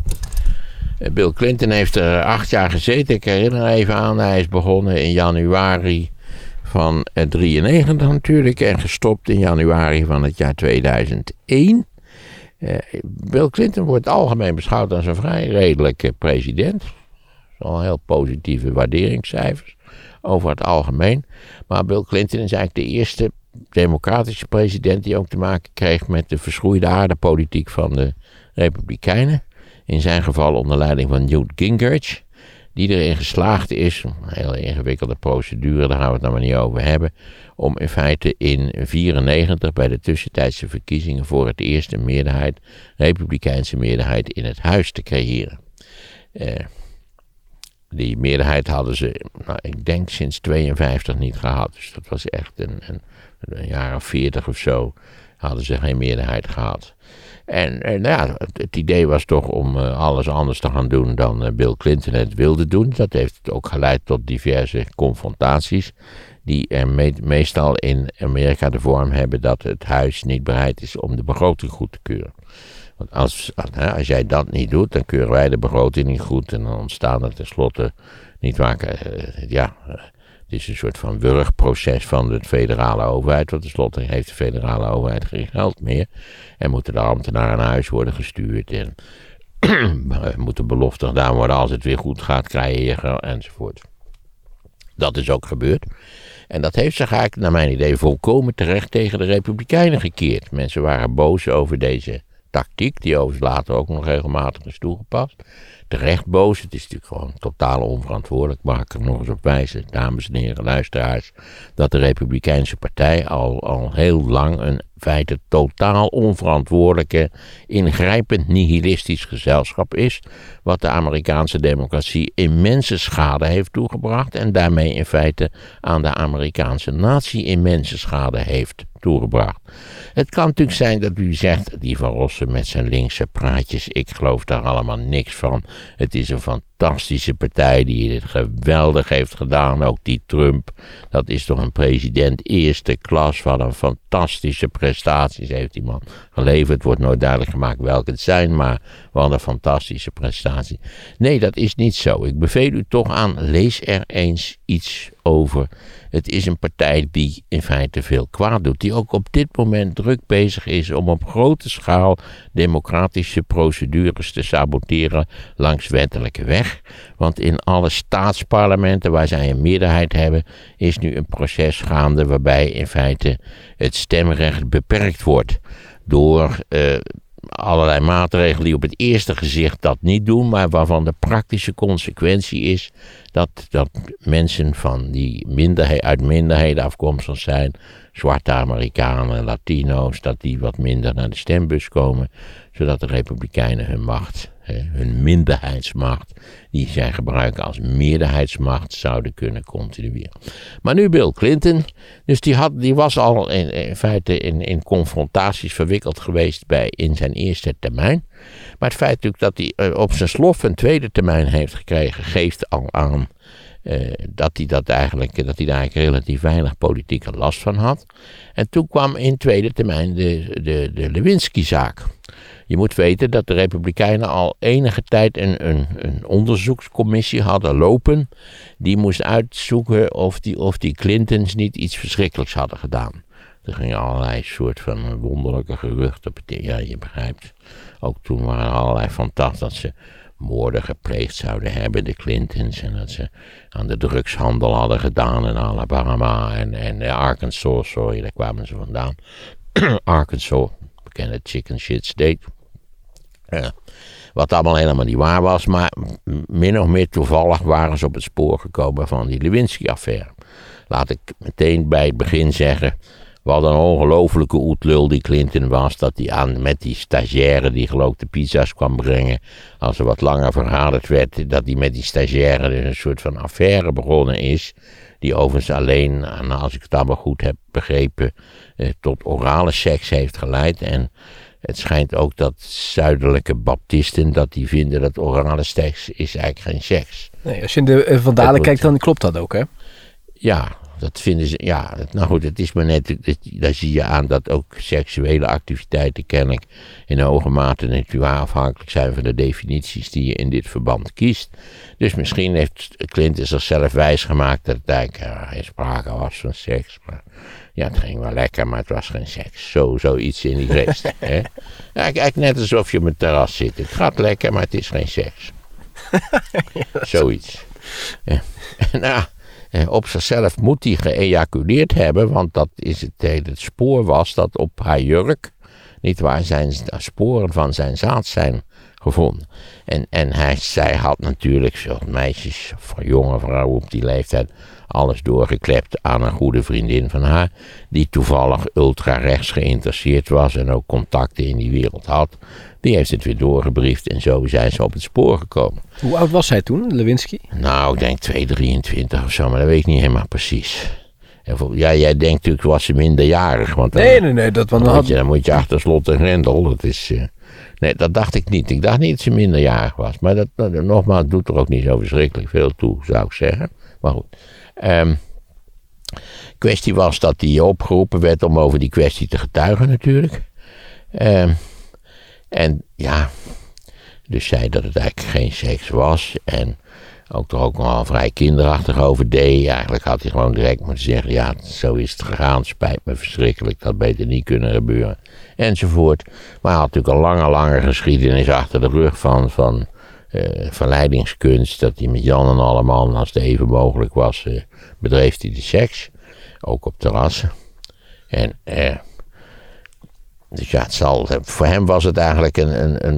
Bill Clinton heeft er acht jaar gezeten. Ik herinner even aan, hij is begonnen in januari van drieënnegentig natuurlijk en gestopt in januari van het jaar tweeduizend één. Uh, Bill Clinton wordt algemeen beschouwd als een vrij redelijke president. Zo'n heel positieve waarderingscijfers over het algemeen. Maar Bill Clinton is eigenlijk de eerste democratische president die ook te maken kreeg met de verschroeide aardepolitiek van de Republikeinen. In zijn geval onder leiding van Newt Gingrich, die erin geslaagd is, een hele ingewikkelde procedure, daar gaan we het nou maar niet over hebben, om in feite in negentien vierennegentig bij de tussentijdse verkiezingen voor het eerst een meerderheid, republikeinse meerderheid in het huis te creëren. Uh, die meerderheid hadden ze, nou, ik denk sinds tweeënvijftig niet gehad, dus dat was echt een, een, een jaar of veertig of zo, hadden ze geen meerderheid gehad. En, en nou ja, het, het idee was toch om uh, alles anders te gaan doen dan uh, Bill Clinton het wilde doen. Dat heeft ook geleid tot diverse confrontaties die er me- meestal in Amerika de vorm hebben dat het huis niet bereid is om de begroting goed te keuren. Want als, als jij dat niet doet, dan keuren wij de begroting niet goed en dan ontstaan er tenslotte niet waar. Uh, ja, uh, het is een soort van wurgproces van de federale overheid. Want tenslotte heeft de federale overheid geen geld meer. En moeten de ambtenaren naar huis worden gestuurd. En moeten beloften gedaan worden als het weer goed gaat, krijg je je geld enzovoort. Dat is ook gebeurd. En dat heeft zich eigenlijk, naar mijn idee, volkomen terecht tegen de Republikeinen gekeerd. Mensen waren boos over deze tactiek, die overigens later ook nog regelmatig is toegepast. terecht boos. Het is natuurlijk gewoon totaal onverantwoordelijk. Mag ik er nog eens op wijzen, dames en heren luisteraars, dat de Republikeinse Partij al, al heel lang een in feite totaal onverantwoordelijke, ingrijpend nihilistisch gezelschap is, wat de Amerikaanse democratie immense schade heeft toegebracht en daarmee in feite aan de Amerikaanse natie immense schade heeft toegebracht. Het kan natuurlijk zijn dat u zegt, die Van Rossum met zijn linkse praatjes, ik geloof daar allemaal niks van. Het is een fantastische partij die het geweldig heeft gedaan, ook die Trump. Dat is toch een president eerste klas, wat een fantastische prestaties heeft die man geleverd. Het wordt nooit duidelijk gemaakt welke het zijn, maar wat een fantastische prestatie. Nee, dat is niet zo. Ik beveel u toch aan, lees er eens iets over. Het is een partij die in feite veel kwaad doet, die ook op dit moment druk bezig is om op grote schaal democratische procedures te saboteren langs wettelijke weg. Want in alle staatsparlementen waar zij een meerderheid hebben, is nu een proces gaande waarbij in feite het stemrecht beperkt wordt door uh, allerlei maatregelen die op het eerste gezicht dat niet doen, maar waarvan de praktische consequentie is dat, dat mensen van die minderheid, uit minderheden afkomstig zijn, zwarte Amerikanen, Latino's, dat die wat minder naar de stembus komen, zodat de Republikeinen hun macht, hun minderheidsmacht, die zij gebruiken als meerderheidsmacht, zouden kunnen continueren. Maar nu Bill Clinton, dus die, had, die was al in, in feite in, in confrontaties verwikkeld geweest bij, in zijn eerste termijn. Maar het feit natuurlijk dat hij op zijn slof een tweede termijn heeft gekregen, geeft al aan Uh, dat hij dat eigenlijk, dat hij daar eigenlijk relatief weinig politieke last van had. En toen kwam in tweede termijn de, de, de Lewinsky-zaak. Je moet weten dat de Republikeinen al enige tijd een, een, een onderzoekscommissie hadden lopen. Die moest uitzoeken of die, of die Clintons niet iets verschrikkelijks hadden gedaan. Er gingen allerlei soort van wonderlijke geruchten. Ja, je begrijpt. Ook toen waren er allerlei fantastisch dat ze moorden gepleegd zouden hebben, de Clintons, en dat ze aan de drugshandel hadden gedaan in Alabama en, en Arkansas, sorry, daar kwamen ze vandaan. Arkansas, bekende chicken shit state. Uh, wat allemaal helemaal niet waar was, maar min of meer toevallig waren ze op het spoor gekomen van die Lewinsky-affaire. Laat ik meteen bij het begin zeggen, wat een ongelofelijke oetlul die Clinton was, dat hij aan met die stagiaire die geloof ik de pizza's kwam brengen, als er wat langer vergaderd werd, dat hij met die stagiaire dus een soort van affaire begonnen is, die overigens alleen, als ik het allemaal goed heb begrepen, eh, tot orale seks heeft geleid. En het schijnt ook dat zuidelijke baptisten, dat die vinden dat orale seks is eigenlijk geen seks. Nee, als je in de uh, Van Dalen kijkt, dan klopt dat ook, hè? Ja, dat vinden ze, ja, nou goed, het is maar net, daar zie je aan dat ook seksuele activiteiten kennelijk in hoge mate natuurlijk afhankelijk zijn van de definities die je in dit verband kiest. Dus misschien heeft Clinton zichzelf wijsgemaakt dat het eigenlijk uh, geen sprake was van seks, maar ja, het ging wel lekker, maar het was geen seks. Zo, zoiets in die geest. Hè? Ja, eigenlijk net alsof je op een terras zit. Het gaat lekker, maar het is geen seks. Ja, zoiets. Ja. Nou, op zichzelf moet hij geëjaculeerd hebben, want dat is het hele het spoor was dat op haar jurk, niet waar, zijn sporen van zijn zaad zijn gevonden. En, en hij, zij had natuurlijk, zoals meisjes of jonge vrouwen op die leeftijd, alles doorgeklept aan een goede vriendin van haar, die toevallig ultra-rechts geïnteresseerd was en ook contacten in die wereld had. Die heeft het weer doorgebriefd en zo zijn ze op het spoor gekomen. Hoe oud was hij toen, Lewinsky? Nou, ik denk twee, drieëntwintig of zo, maar dat weet ik niet helemaal precies. Ja, jij denkt natuurlijk, was ze minderjarig. Want dan, nee, nee, nee. Dat dan, dan, moet je, dan moet je achter slot en grendel. Dat is, uh, nee, dat dacht ik niet. Ik dacht niet dat ze minderjarig was. Maar dat, dat, nogmaals, doet er ook niet zo verschrikkelijk veel toe, zou ik zeggen. Maar goed. Um, kwestie was dat hij opgeroepen werd om over die kwestie te getuigen natuurlijk. Um, en ja, dus zei dat het eigenlijk geen seks was. En ook er ook nogal vrij kinderachtig over deed. Eigenlijk had hij gewoon direct moeten zeggen, ja, zo is het gegaan. Spijt me verschrikkelijk, dat had beter niet kunnen gebeuren. Enzovoort. Maar hij had natuurlijk een lange, lange geschiedenis achter de rug van, van uh, verleidingskunst. Dat hij met Jan en allemaal, als het even mogelijk was, uh, bedreef hij de seks. Ook op terrassen. En uh, dus ja, het zal, voor hem was het eigenlijk een, een, een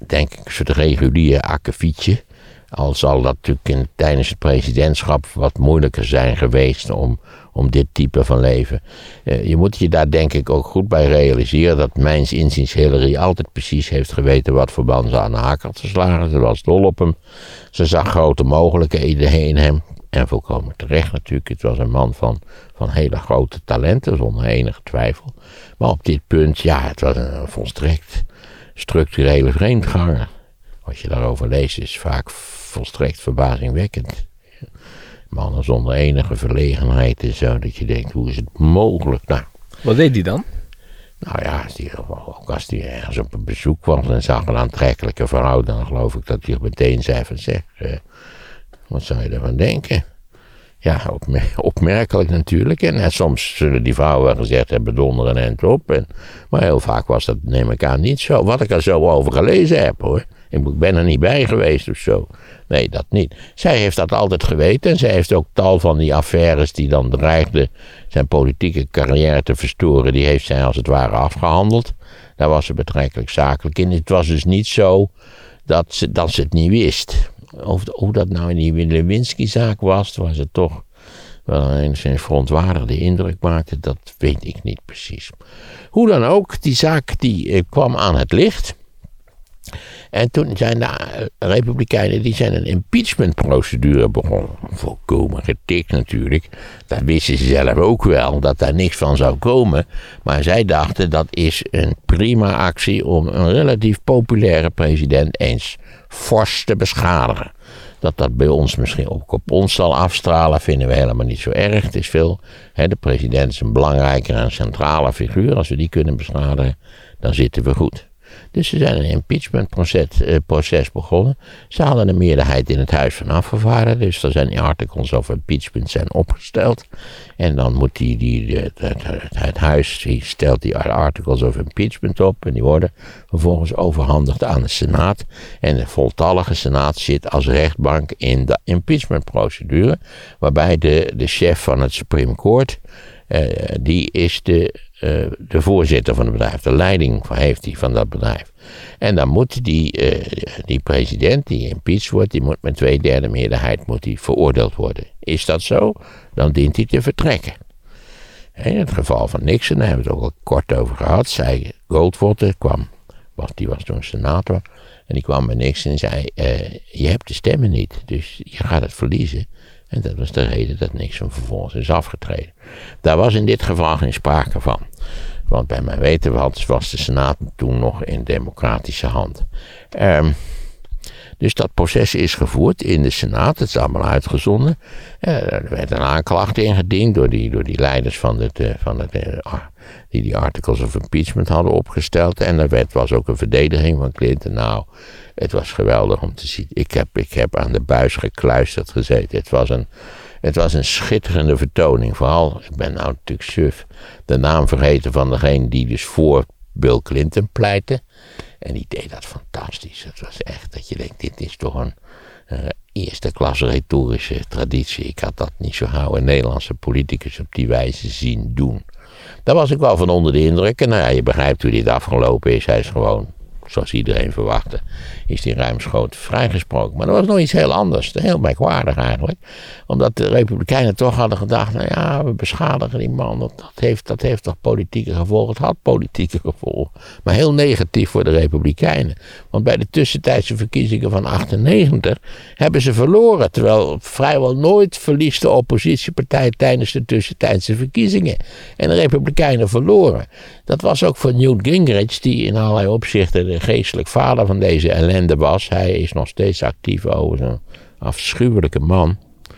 denk ik, een soort regulier akkefietje. Al zal dat natuurlijk in, tijdens het presidentschap wat moeilijker zijn geweest om, om dit type van leven. Uh, je moet je daar denk ik ook goed bij realiseren dat mijns inziens Hillary altijd precies heeft geweten wat voor man ze aan de haak had geslagen. Ze was dol op hem. Ze zag grote mogelijkheden in hem. En volkomen terecht natuurlijk. Het was een man van, van hele grote talenten, zonder enige twijfel. Maar op dit punt, ja, het was een volstrekt structurele vreemdganger. Wat je daarover leest is vaak volstrekt verbazingwekkend. Mannen zonder enige verlegenheid en zo, dat je denkt, hoe is het mogelijk? Nou, wat deed hij dan? Nou ja, als die, ook als hij ergens op een bezoek kwam en zag een aantrekkelijke vrouw, dan geloof ik dat hij meteen zei van, zeg, eh, wat zou je ervan denken? Ja, opmer- opmerkelijk natuurlijk. En, en soms zullen die vrouwen gezegd hebben, donder een end op. En, maar heel vaak was dat, neem ik aan, niet zo. Wat ik er zo over gelezen heb, hoor. Ik ben er niet bij geweest of zo. Nee, dat niet. Zij heeft dat altijd geweten. En zij heeft ook tal van die affaires die dan dreigden zijn politieke carrière te verstoren. Die heeft zij als het ware afgehandeld. Daar was ze betrekkelijk zakelijk in. Het was dus niet zo dat ze, dat ze het niet wist. Of, hoe dat nou in die Lewinsky-zaak was, waar ze toch wel een enigszins verontwaardigde indruk maakte, dat weet ik niet precies. Hoe dan ook, die zaak die eh, kwam aan het licht. En toen zijn de Republikeinen die zijn een impeachmentprocedure begonnen. Volkomen getikt natuurlijk. Dat wisten ze zelf ook wel, dat daar niks van zou komen. Maar zij dachten dat is een prima actie om een relatief populaire president eens fors te beschadigen. Dat dat bij ons misschien ook op ons zal afstralen, vinden we helemaal niet zo erg. Het is veel, hè, de president is een belangrijke en centrale figuur. Als we die kunnen beschadigen, dan zitten we goed. Dus ze zijn een impeachmentproces eh, proces begonnen. Ze hadden een meerderheid in het Huis van Afgevaardigden. Dus er zijn die artikels over impeachment zijn opgesteld. En dan moet die, die, het, het, het, het Huis die stelt die artikels over impeachment op. En die worden vervolgens overhandigd aan de Senaat. En de voltallige Senaat zit als rechtbank in de impeachmentprocedure. Waarbij de, de chef van het Supreme Court, uh, die is de... Uh, de voorzitter van het bedrijf, de leiding heeft hij van dat bedrijf. En dan moet die, uh, die president die impeached wordt, die moet met twee derde meerderheid moet die veroordeeld worden. Is dat zo? Dan dient hij te vertrekken. In het geval van Nixon, daar hebben we het ook al kort over gehad, zei Goldwater, kwam, was, die was toen senator, en die kwam bij Nixon en zei, uh, je hebt de stemmen niet, dus je gaat het verliezen. En dat was de reden dat Nixon vervolgens is afgetreden. Daar was in dit geval geen sprake van. Want bij mijn weten was de Senaat toen nog in democratische hand. Um, dus dat proces is gevoerd in de Senaat. Het is allemaal uitgezonden. Uh, er werd een aanklacht ingediend door die, door die leiders van het, uh, van het, uh, die die articles of impeachment hadden opgesteld. En er werd, was ook een verdediging van Clinton. Nou, het was geweldig om te zien. Ik heb, ik heb aan de buis gekluisterd gezeten. Het was een, het was een schitterende vertoning. Vooral, ik ben nou natuurlijk suf, de naam vergeten van degene die dus voor Bill Clinton pleitte. En die deed dat fantastisch. Het was echt dat je denkt, dit is toch een uh, eerste klasse retorische traditie. Ik had dat niet zo gauw een Nederlandse politicus op die wijze zien doen. Daar was ik wel van onder de indruk. En nou ja, je begrijpt hoe dit afgelopen is. Hij is gewoon, zoals iedereen verwachtte, is die ruimschoots vrijgesproken. Maar er was nog iets heel anders, heel merkwaardig eigenlijk. Omdat de Republikeinen toch hadden gedacht, nou ja, we beschadigen die man. Dat, dat, heeft, dat heeft toch politieke gevolgen? Het had politieke gevolgen. Maar heel negatief voor de Republikeinen. Want bij de tussentijdse verkiezingen van achtennegentig hebben ze verloren. Terwijl vrijwel nooit verliest de oppositiepartij tijdens de tussentijdse verkiezingen. En de Republikeinen verloren. Dat was ook voor Newt Gingrich, die in allerlei opzichten de geestelijk vader van deze ellende was. Hij is nog steeds actief over zo'n afschuwelijke man.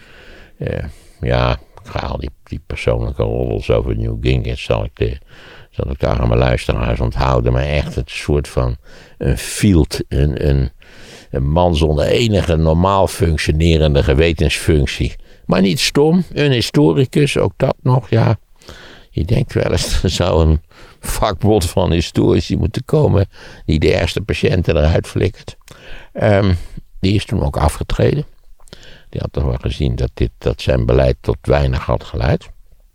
Uh, ja, ik ga al die, die persoonlijke rollels over Newt Gingrich, zal ik de, zal ik de arme luisteraars onthouden. Maar echt het soort van een field, een, een, een man zonder enige normaal functionerende gewetensfunctie. Maar niet stom, een historicus, ook dat nog, ja. Je denkt wel eens, er zou een vakbond van historici moeten komen die de eerste patiënten eruit flikkert. Um, die is toen ook afgetreden. Die had toch wel gezien dat, dit, dat zijn beleid tot weinig had geleid.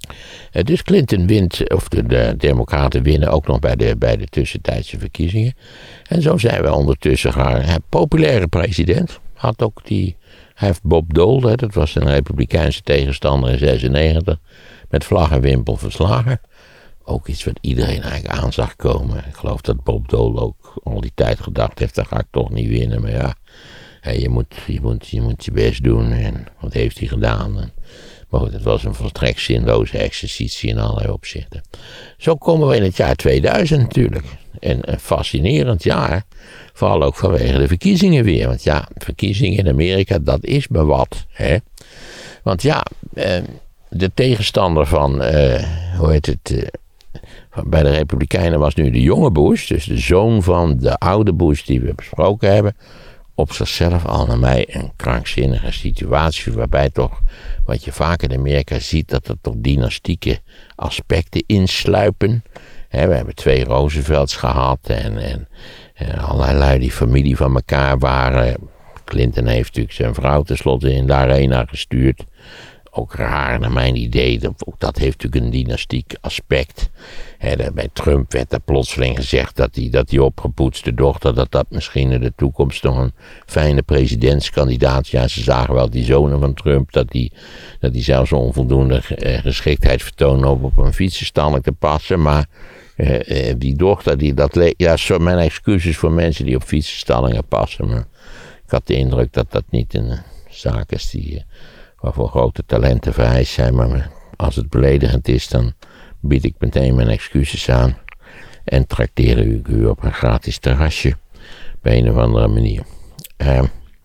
Uh, dus Clinton wint, of de, de democraten winnen ook nog bij de, bij de tussentijdse verkiezingen. En zo zijn we ondertussen gaan. Hij, populaire president, had ook die, hij heeft Bob Dole, dat was een republikeinse tegenstander in zesennegentig, met vlag en wimpel verslagen. Ook iets wat iedereen eigenlijk aan zag komen. Ik geloof dat Bob Dole ook al die tijd gedacht heeft, dat ga ik toch niet winnen. Maar ja, je moet je, moet, je, moet je best doen. En wat heeft hij gedaan? En, maar goed, het was een volstrekt zinloze exercitie in allerlei opzichten. Zo komen we in het jaar tweeduizend natuurlijk. En een fascinerend jaar. Vooral ook vanwege de verkiezingen weer. Want ja, verkiezingen in Amerika, dat is me wat. Hè? Want ja, de tegenstander van, uh, hoe heet het... Uh, bij de Republikeinen was nu de jonge Bush, dus de zoon van de oude Bush die we besproken hebben, op zichzelf al naar mij een krankzinnige situatie, waarbij toch, wat je vaak in Amerika ziet, dat er toch dynastieke aspecten insluipen. He, we hebben twee Roosevelts gehad en, en, en allerlei die familie van elkaar waren. Clinton heeft natuurlijk zijn vrouw tenslotte in de arena gestuurd. Ook raar naar mijn idee, dat, ook dat heeft natuurlijk een dynastiek aspect. He, bij Trump werd er plotseling gezegd dat die, dat die opgepoetste dochter, dat dat misschien in de toekomst nog een fijne presidentskandidaat, ja ze zagen wel die zonen van Trump, dat die, dat die zelfs onvoldoende geschiktheid vertonen om op een fietsenstalling te passen, maar eh, die dochter, die, dat le- ja, zo mijn excuses voor mensen die op fietsenstallingen passen, maar ik had de indruk dat dat niet een zaak is die... waarvoor grote talenten vereist zijn, maar als het beledigend is, dan bied ik meteen mijn excuses aan en trakteer u, u op een gratis terrasje, op een of andere manier. Uh,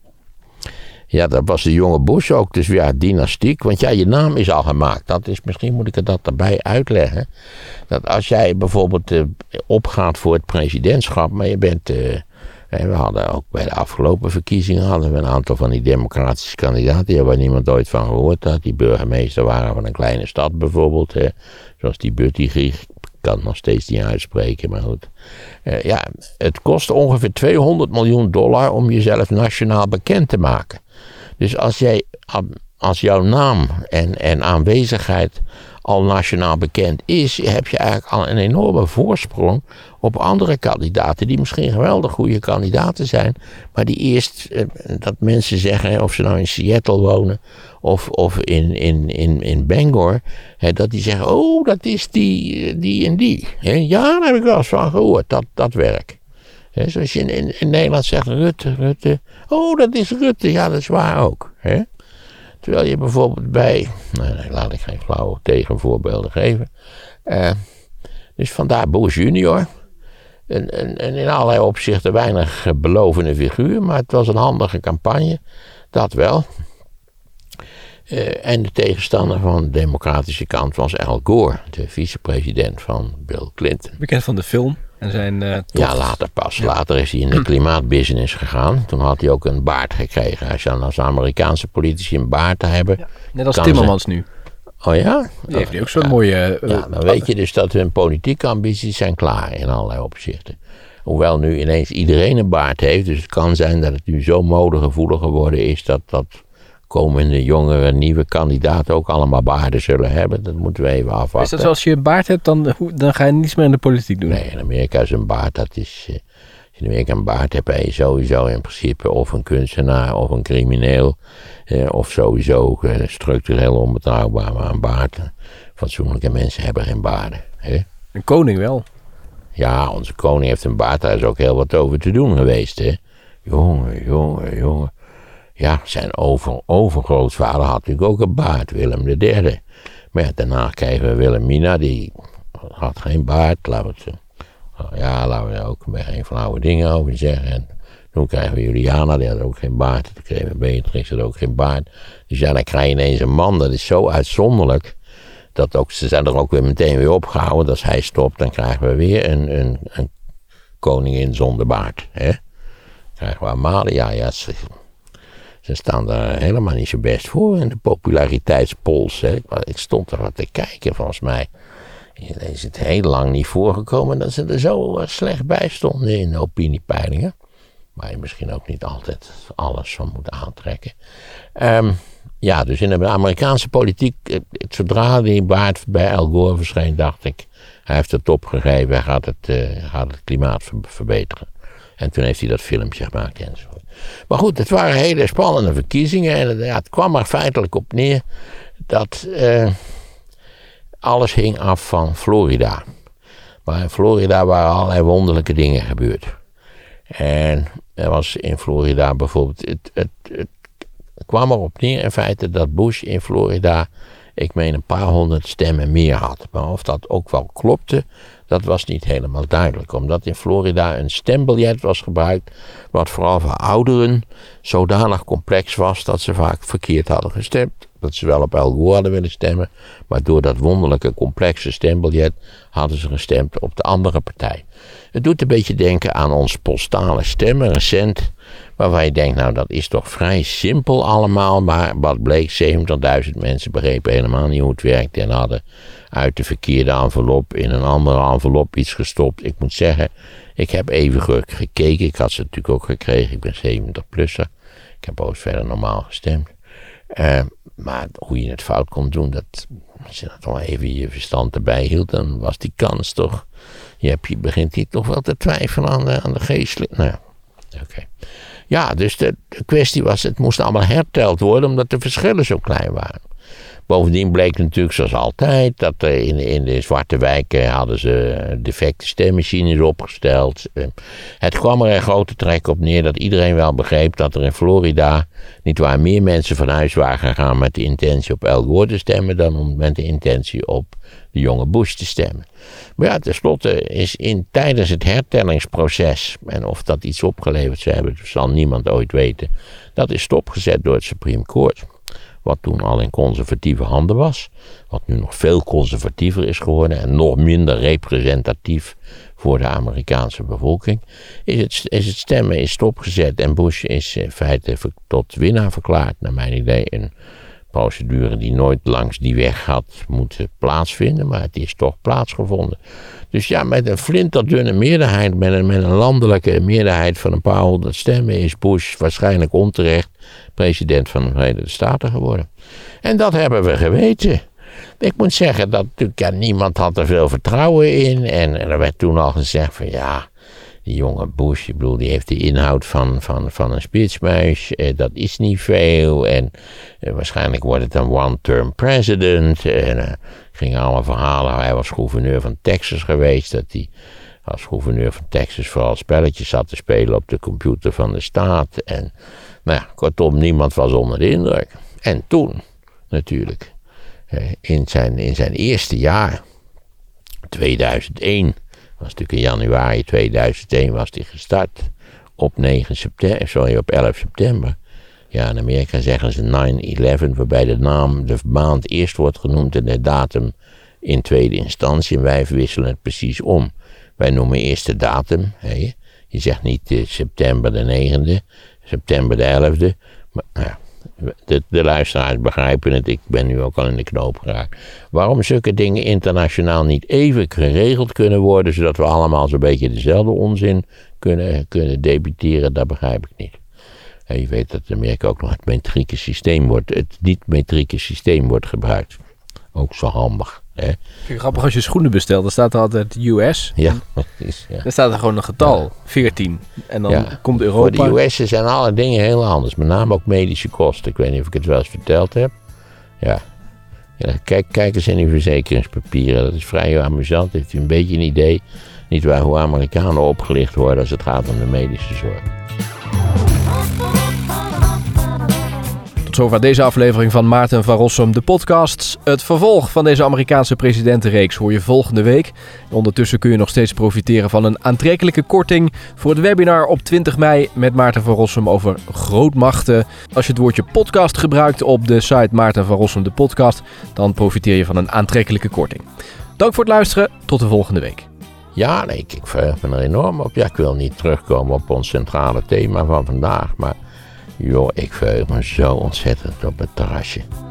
ja, dat was de jonge Bush ook, dus ja, dynastiek, want ja, je naam is al gemaakt. Dat is, misschien moet ik het dat erbij uitleggen, dat als jij bijvoorbeeld uh, opgaat voor het presidentschap, maar je bent... Uh, we hadden ook bij de afgelopen verkiezingen hadden we een aantal van die democratische kandidaten, die waar niemand ooit van gehoord had. Die burgemeester waren van een kleine stad bijvoorbeeld, hè, zoals die Buttigieg. Ik kan het nog steeds niet uitspreken, maar goed. Uh, ja, het kost ongeveer tweehonderd miljoen dollar om jezelf nationaal bekend te maken. Dus als jij, als jouw naam en, en aanwezigheid al nationaal bekend is, heb je eigenlijk al een enorme voorsprong op andere kandidaten, die misschien geweldig goede kandidaten zijn, maar die eerst, eh, dat mensen zeggen, of ze nou in Seattle wonen, of, of in, in, in, in Bangor, hè, dat die zeggen, oh, dat is die, die en die. Hè, ja, daar heb ik wel eens van gehoord, dat, dat werk. Hè, zoals je in, in, in Nederland zegt, Rutte, Rutte, oh, dat is Rutte, ja, dat is waar ook. Hè. Terwijl je bijvoorbeeld bij, nee, nee, laat ik geen flauwe tegenvoorbeelden geven. Uh, dus vandaar Bush junior. Een, een, een in allerlei opzichten weinig belovende figuur, maar het was een handige campagne. Dat wel. Uh, en de tegenstander van de democratische kant was Al Gore, de vicepresident van Bill Clinton. Bekend van de film. En zijn, uh, ja, later pas. Ja. Later is hij in de klimaatbusiness gegaan. Toen had hij ook een baard gekregen. Als je als Amerikaanse politici een baard te hebben. Ja, net als Timmermans ze... nu. Oh ja? Die heeft hij ook zo'n ja. mooie... Uh, ja, dan weet je dus dat hun politieke ambities zijn klaar in allerlei opzichten. Hoewel nu ineens iedereen een baard heeft. Dus het kan zijn dat het nu zo modegevoelig geworden is dat dat komende jongere nieuwe kandidaten ook allemaal baarden zullen hebben. Dat moeten we even afwachten. Is dat als je een baard hebt, dan, dan ga je niets meer in de politiek doen? Nee, in Amerika is een baard, dat is... Uh, als je in Amerika een baard hebt, ben je sowieso in principe of een kunstenaar of een crimineel. Uh, of sowieso uh, structureel onbetrouwbaar, maar een baard. Uh, fatsoenlijke mensen hebben geen baarden. Hè? Een koning wel. Ja, onze koning heeft een baard, daar is ook heel wat over te doen geweest. Hè? Jongen, jongen, jongen. Ja, zijn over, overgrootvader had natuurlijk ook een baard, Willem de derde. Maar ja, daarna kregen we Wilhelmina, die had geen baard. Laten we het, ja, laten we er ook geen flauwe dingen over zeggen. En toen kregen we Juliana, die had ook geen baard. Toen kregen we Beatrix, die had ook geen baard. Dus ja, dan krijg je ineens een man, dat is zo uitzonderlijk. Dat ook, ze zijn er ook weer meteen weer opgehouden. Als hij stopt, dan krijgen we weer een, een, een koningin zonder baard. Hè? Dan krijgen we Amalia, ja, ze, Ze staan daar helemaal niet zo best voor in de populariteitspols. Hè. Ik stond er wat te kijken, volgens mij is het heel lang niet voorgekomen dat ze er zo slecht bij stonden in de opiniepeilingen. waar je misschien ook niet altijd alles van moet aantrekken. Um, ja, dus in de Amerikaanse politiek, zodra die baard bij Al Gore verscheen, dacht ik, hij heeft het opgegeven, hij gaat het, uh, gaat het klimaat verbeteren. En toen heeft hij dat filmpje gemaakt enzovoort. Maar goed, het waren hele spannende verkiezingen. En ja, het kwam er feitelijk op neer dat uh, alles hing af van Florida. Maar in Florida waren allerlei wonderlijke dingen gebeurd. En er was in Florida bijvoorbeeld... Het, het, het kwam erop neer in feite dat Bush in Florida, ik meen een paar honderd stemmen meer had. Maar of dat ook wel klopte, dat was niet helemaal duidelijk. Omdat in Florida een stembiljet was gebruikt, wat vooral voor ouderen zodanig complex was dat ze vaak verkeerd hadden gestemd. Dat ze wel op Al Gore hadden willen stemmen, maar door dat wonderlijke complexe stembiljet hadden ze gestemd op de andere partij. Het doet een beetje denken aan ons postale stemmen recent, waarvan je denkt, nou dat is toch vrij simpel allemaal, maar wat bleek, zeventigduizend mensen begrepen helemaal niet hoe het werkte en hadden uit de verkeerde envelop in een andere envelop iets gestopt. Ik moet zeggen, ik heb even gekeken, ik had ze natuurlijk ook gekregen, ik ben zeventig-plusser, ik heb ook verder normaal gestemd. Uh, maar hoe je het fout kon doen, dat, als je dat wel even je verstand erbij hield, dan was die kans toch, je, hebt, je begint hier toch wel te twijfelen aan de, aan de geestelijke, nou ja, oké. Okay. Ja, dus de, de kwestie was, het moest allemaal herteld worden, omdat de verschillen zo klein waren. Bovendien bleek natuurlijk zoals altijd, dat in, in de zwarte wijken hadden ze defecte stemmachines opgesteld. Het kwam er een grote trek op neer dat iedereen wel begreep dat er in Florida niet waar meer mensen van huis waren gegaan met de intentie op Al Gore te stemmen dan met de intentie op de jonge Bush te stemmen. Maar ja, tenslotte is in, tijdens het hertellingsproces, en of dat iets opgeleverd zou hebben, dat zal niemand ooit weten, dat is stopgezet door het Supreme Court. Wat toen al in conservatieve handen was, wat nu nog veel conservatiever is geworden en nog minder representatief voor de Amerikaanse bevolking, is het, is het stemmen is stopgezet en Bush is in feite tot winnaar verklaard, naar mijn idee een procedure die nooit langs die weg had moeten plaatsvinden, maar het is toch plaatsgevonden. Dus ja, met een flinterdunne meerderheid, met een, met een landelijke meerderheid van een paar honderd stemmen, is Bush waarschijnlijk onterecht president van de Verenigde Staten geworden. En dat hebben we geweten. Ik moet zeggen dat natuurlijk ja, niemand had er veel vertrouwen in en er werd toen al gezegd van ja, die jonge Bush, ik bedoel, die heeft de inhoud van, van, van een spitsmuis, eh, dat is niet veel en eh, waarschijnlijk wordt het een one-term president en er uh, gingen allemaal verhalen, hij was gouverneur van Texas geweest, dat hij als gouverneur van Texas vooral spelletjes zat te spelen op de computer van de staat en nou ja, kortom, niemand was onder de indruk. En toen, natuurlijk, eh, in, zijn, in zijn eerste jaar, tweeduizend één, was natuurlijk in januari tweeduizend één was hij gestart. Op negen september, sorry, op elf september. Ja, in Amerika zeggen ze nine eleven, waarbij de naam, de maand eerst wordt genoemd en de datum in tweede instantie. En wij wisselen het precies om. Wij noemen eerst de datum. Hè. Je zegt niet uh, september de negende, september de elfde. Maar nou ja, de, de luisteraars begrijpen het, ik ben nu ook al in de knoop geraakt. Waarom zulke dingen internationaal niet even geregeld kunnen worden, zodat we allemaal zo'n beetje dezelfde onzin kunnen, kunnen debiteren, dat begrijp ik niet. En je weet dat in Amerika ook nog het metrieke systeem wordt, het niet-metrieke systeem wordt gebruikt. Ook zo handig. Hè? Vind je grappig, als je schoenen bestelt, dan staat er altijd U S. Ja, precies. Ja. Dan staat er gewoon een getal, ja. veertien. En dan ja. komt Europa. Voor de U S zijn alle dingen heel anders. Met name ook medische kosten. Ik weet niet of ik het wel eens verteld heb. Ja. ja kijk, kijk eens in uw verzekeringspapieren. Dat is vrij amusant. Heeft u een beetje een idee. Niet waar hoe Amerikanen opgelicht worden als het gaat om de medische zorg. Tot zover deze aflevering van Maarten van Rossum, de podcast. Het vervolg van deze Amerikaanse presidentenreeks hoor je volgende week. Ondertussen kun je nog steeds profiteren van een aantrekkelijke korting voor het webinar op twintig mei met Maarten van Rossum over grootmachten. Als je het woordje podcast gebruikt op de site Maarten van Rossum, de podcast, dan profiteer je van een aantrekkelijke korting. Dank voor het luisteren. Tot de volgende week. Ja, nee, ik verheug me er enorm op. Ja, ik wil niet terugkomen op ons centrale thema van vandaag, maar joh, ik verheug me zo ontzettend op het terrasje.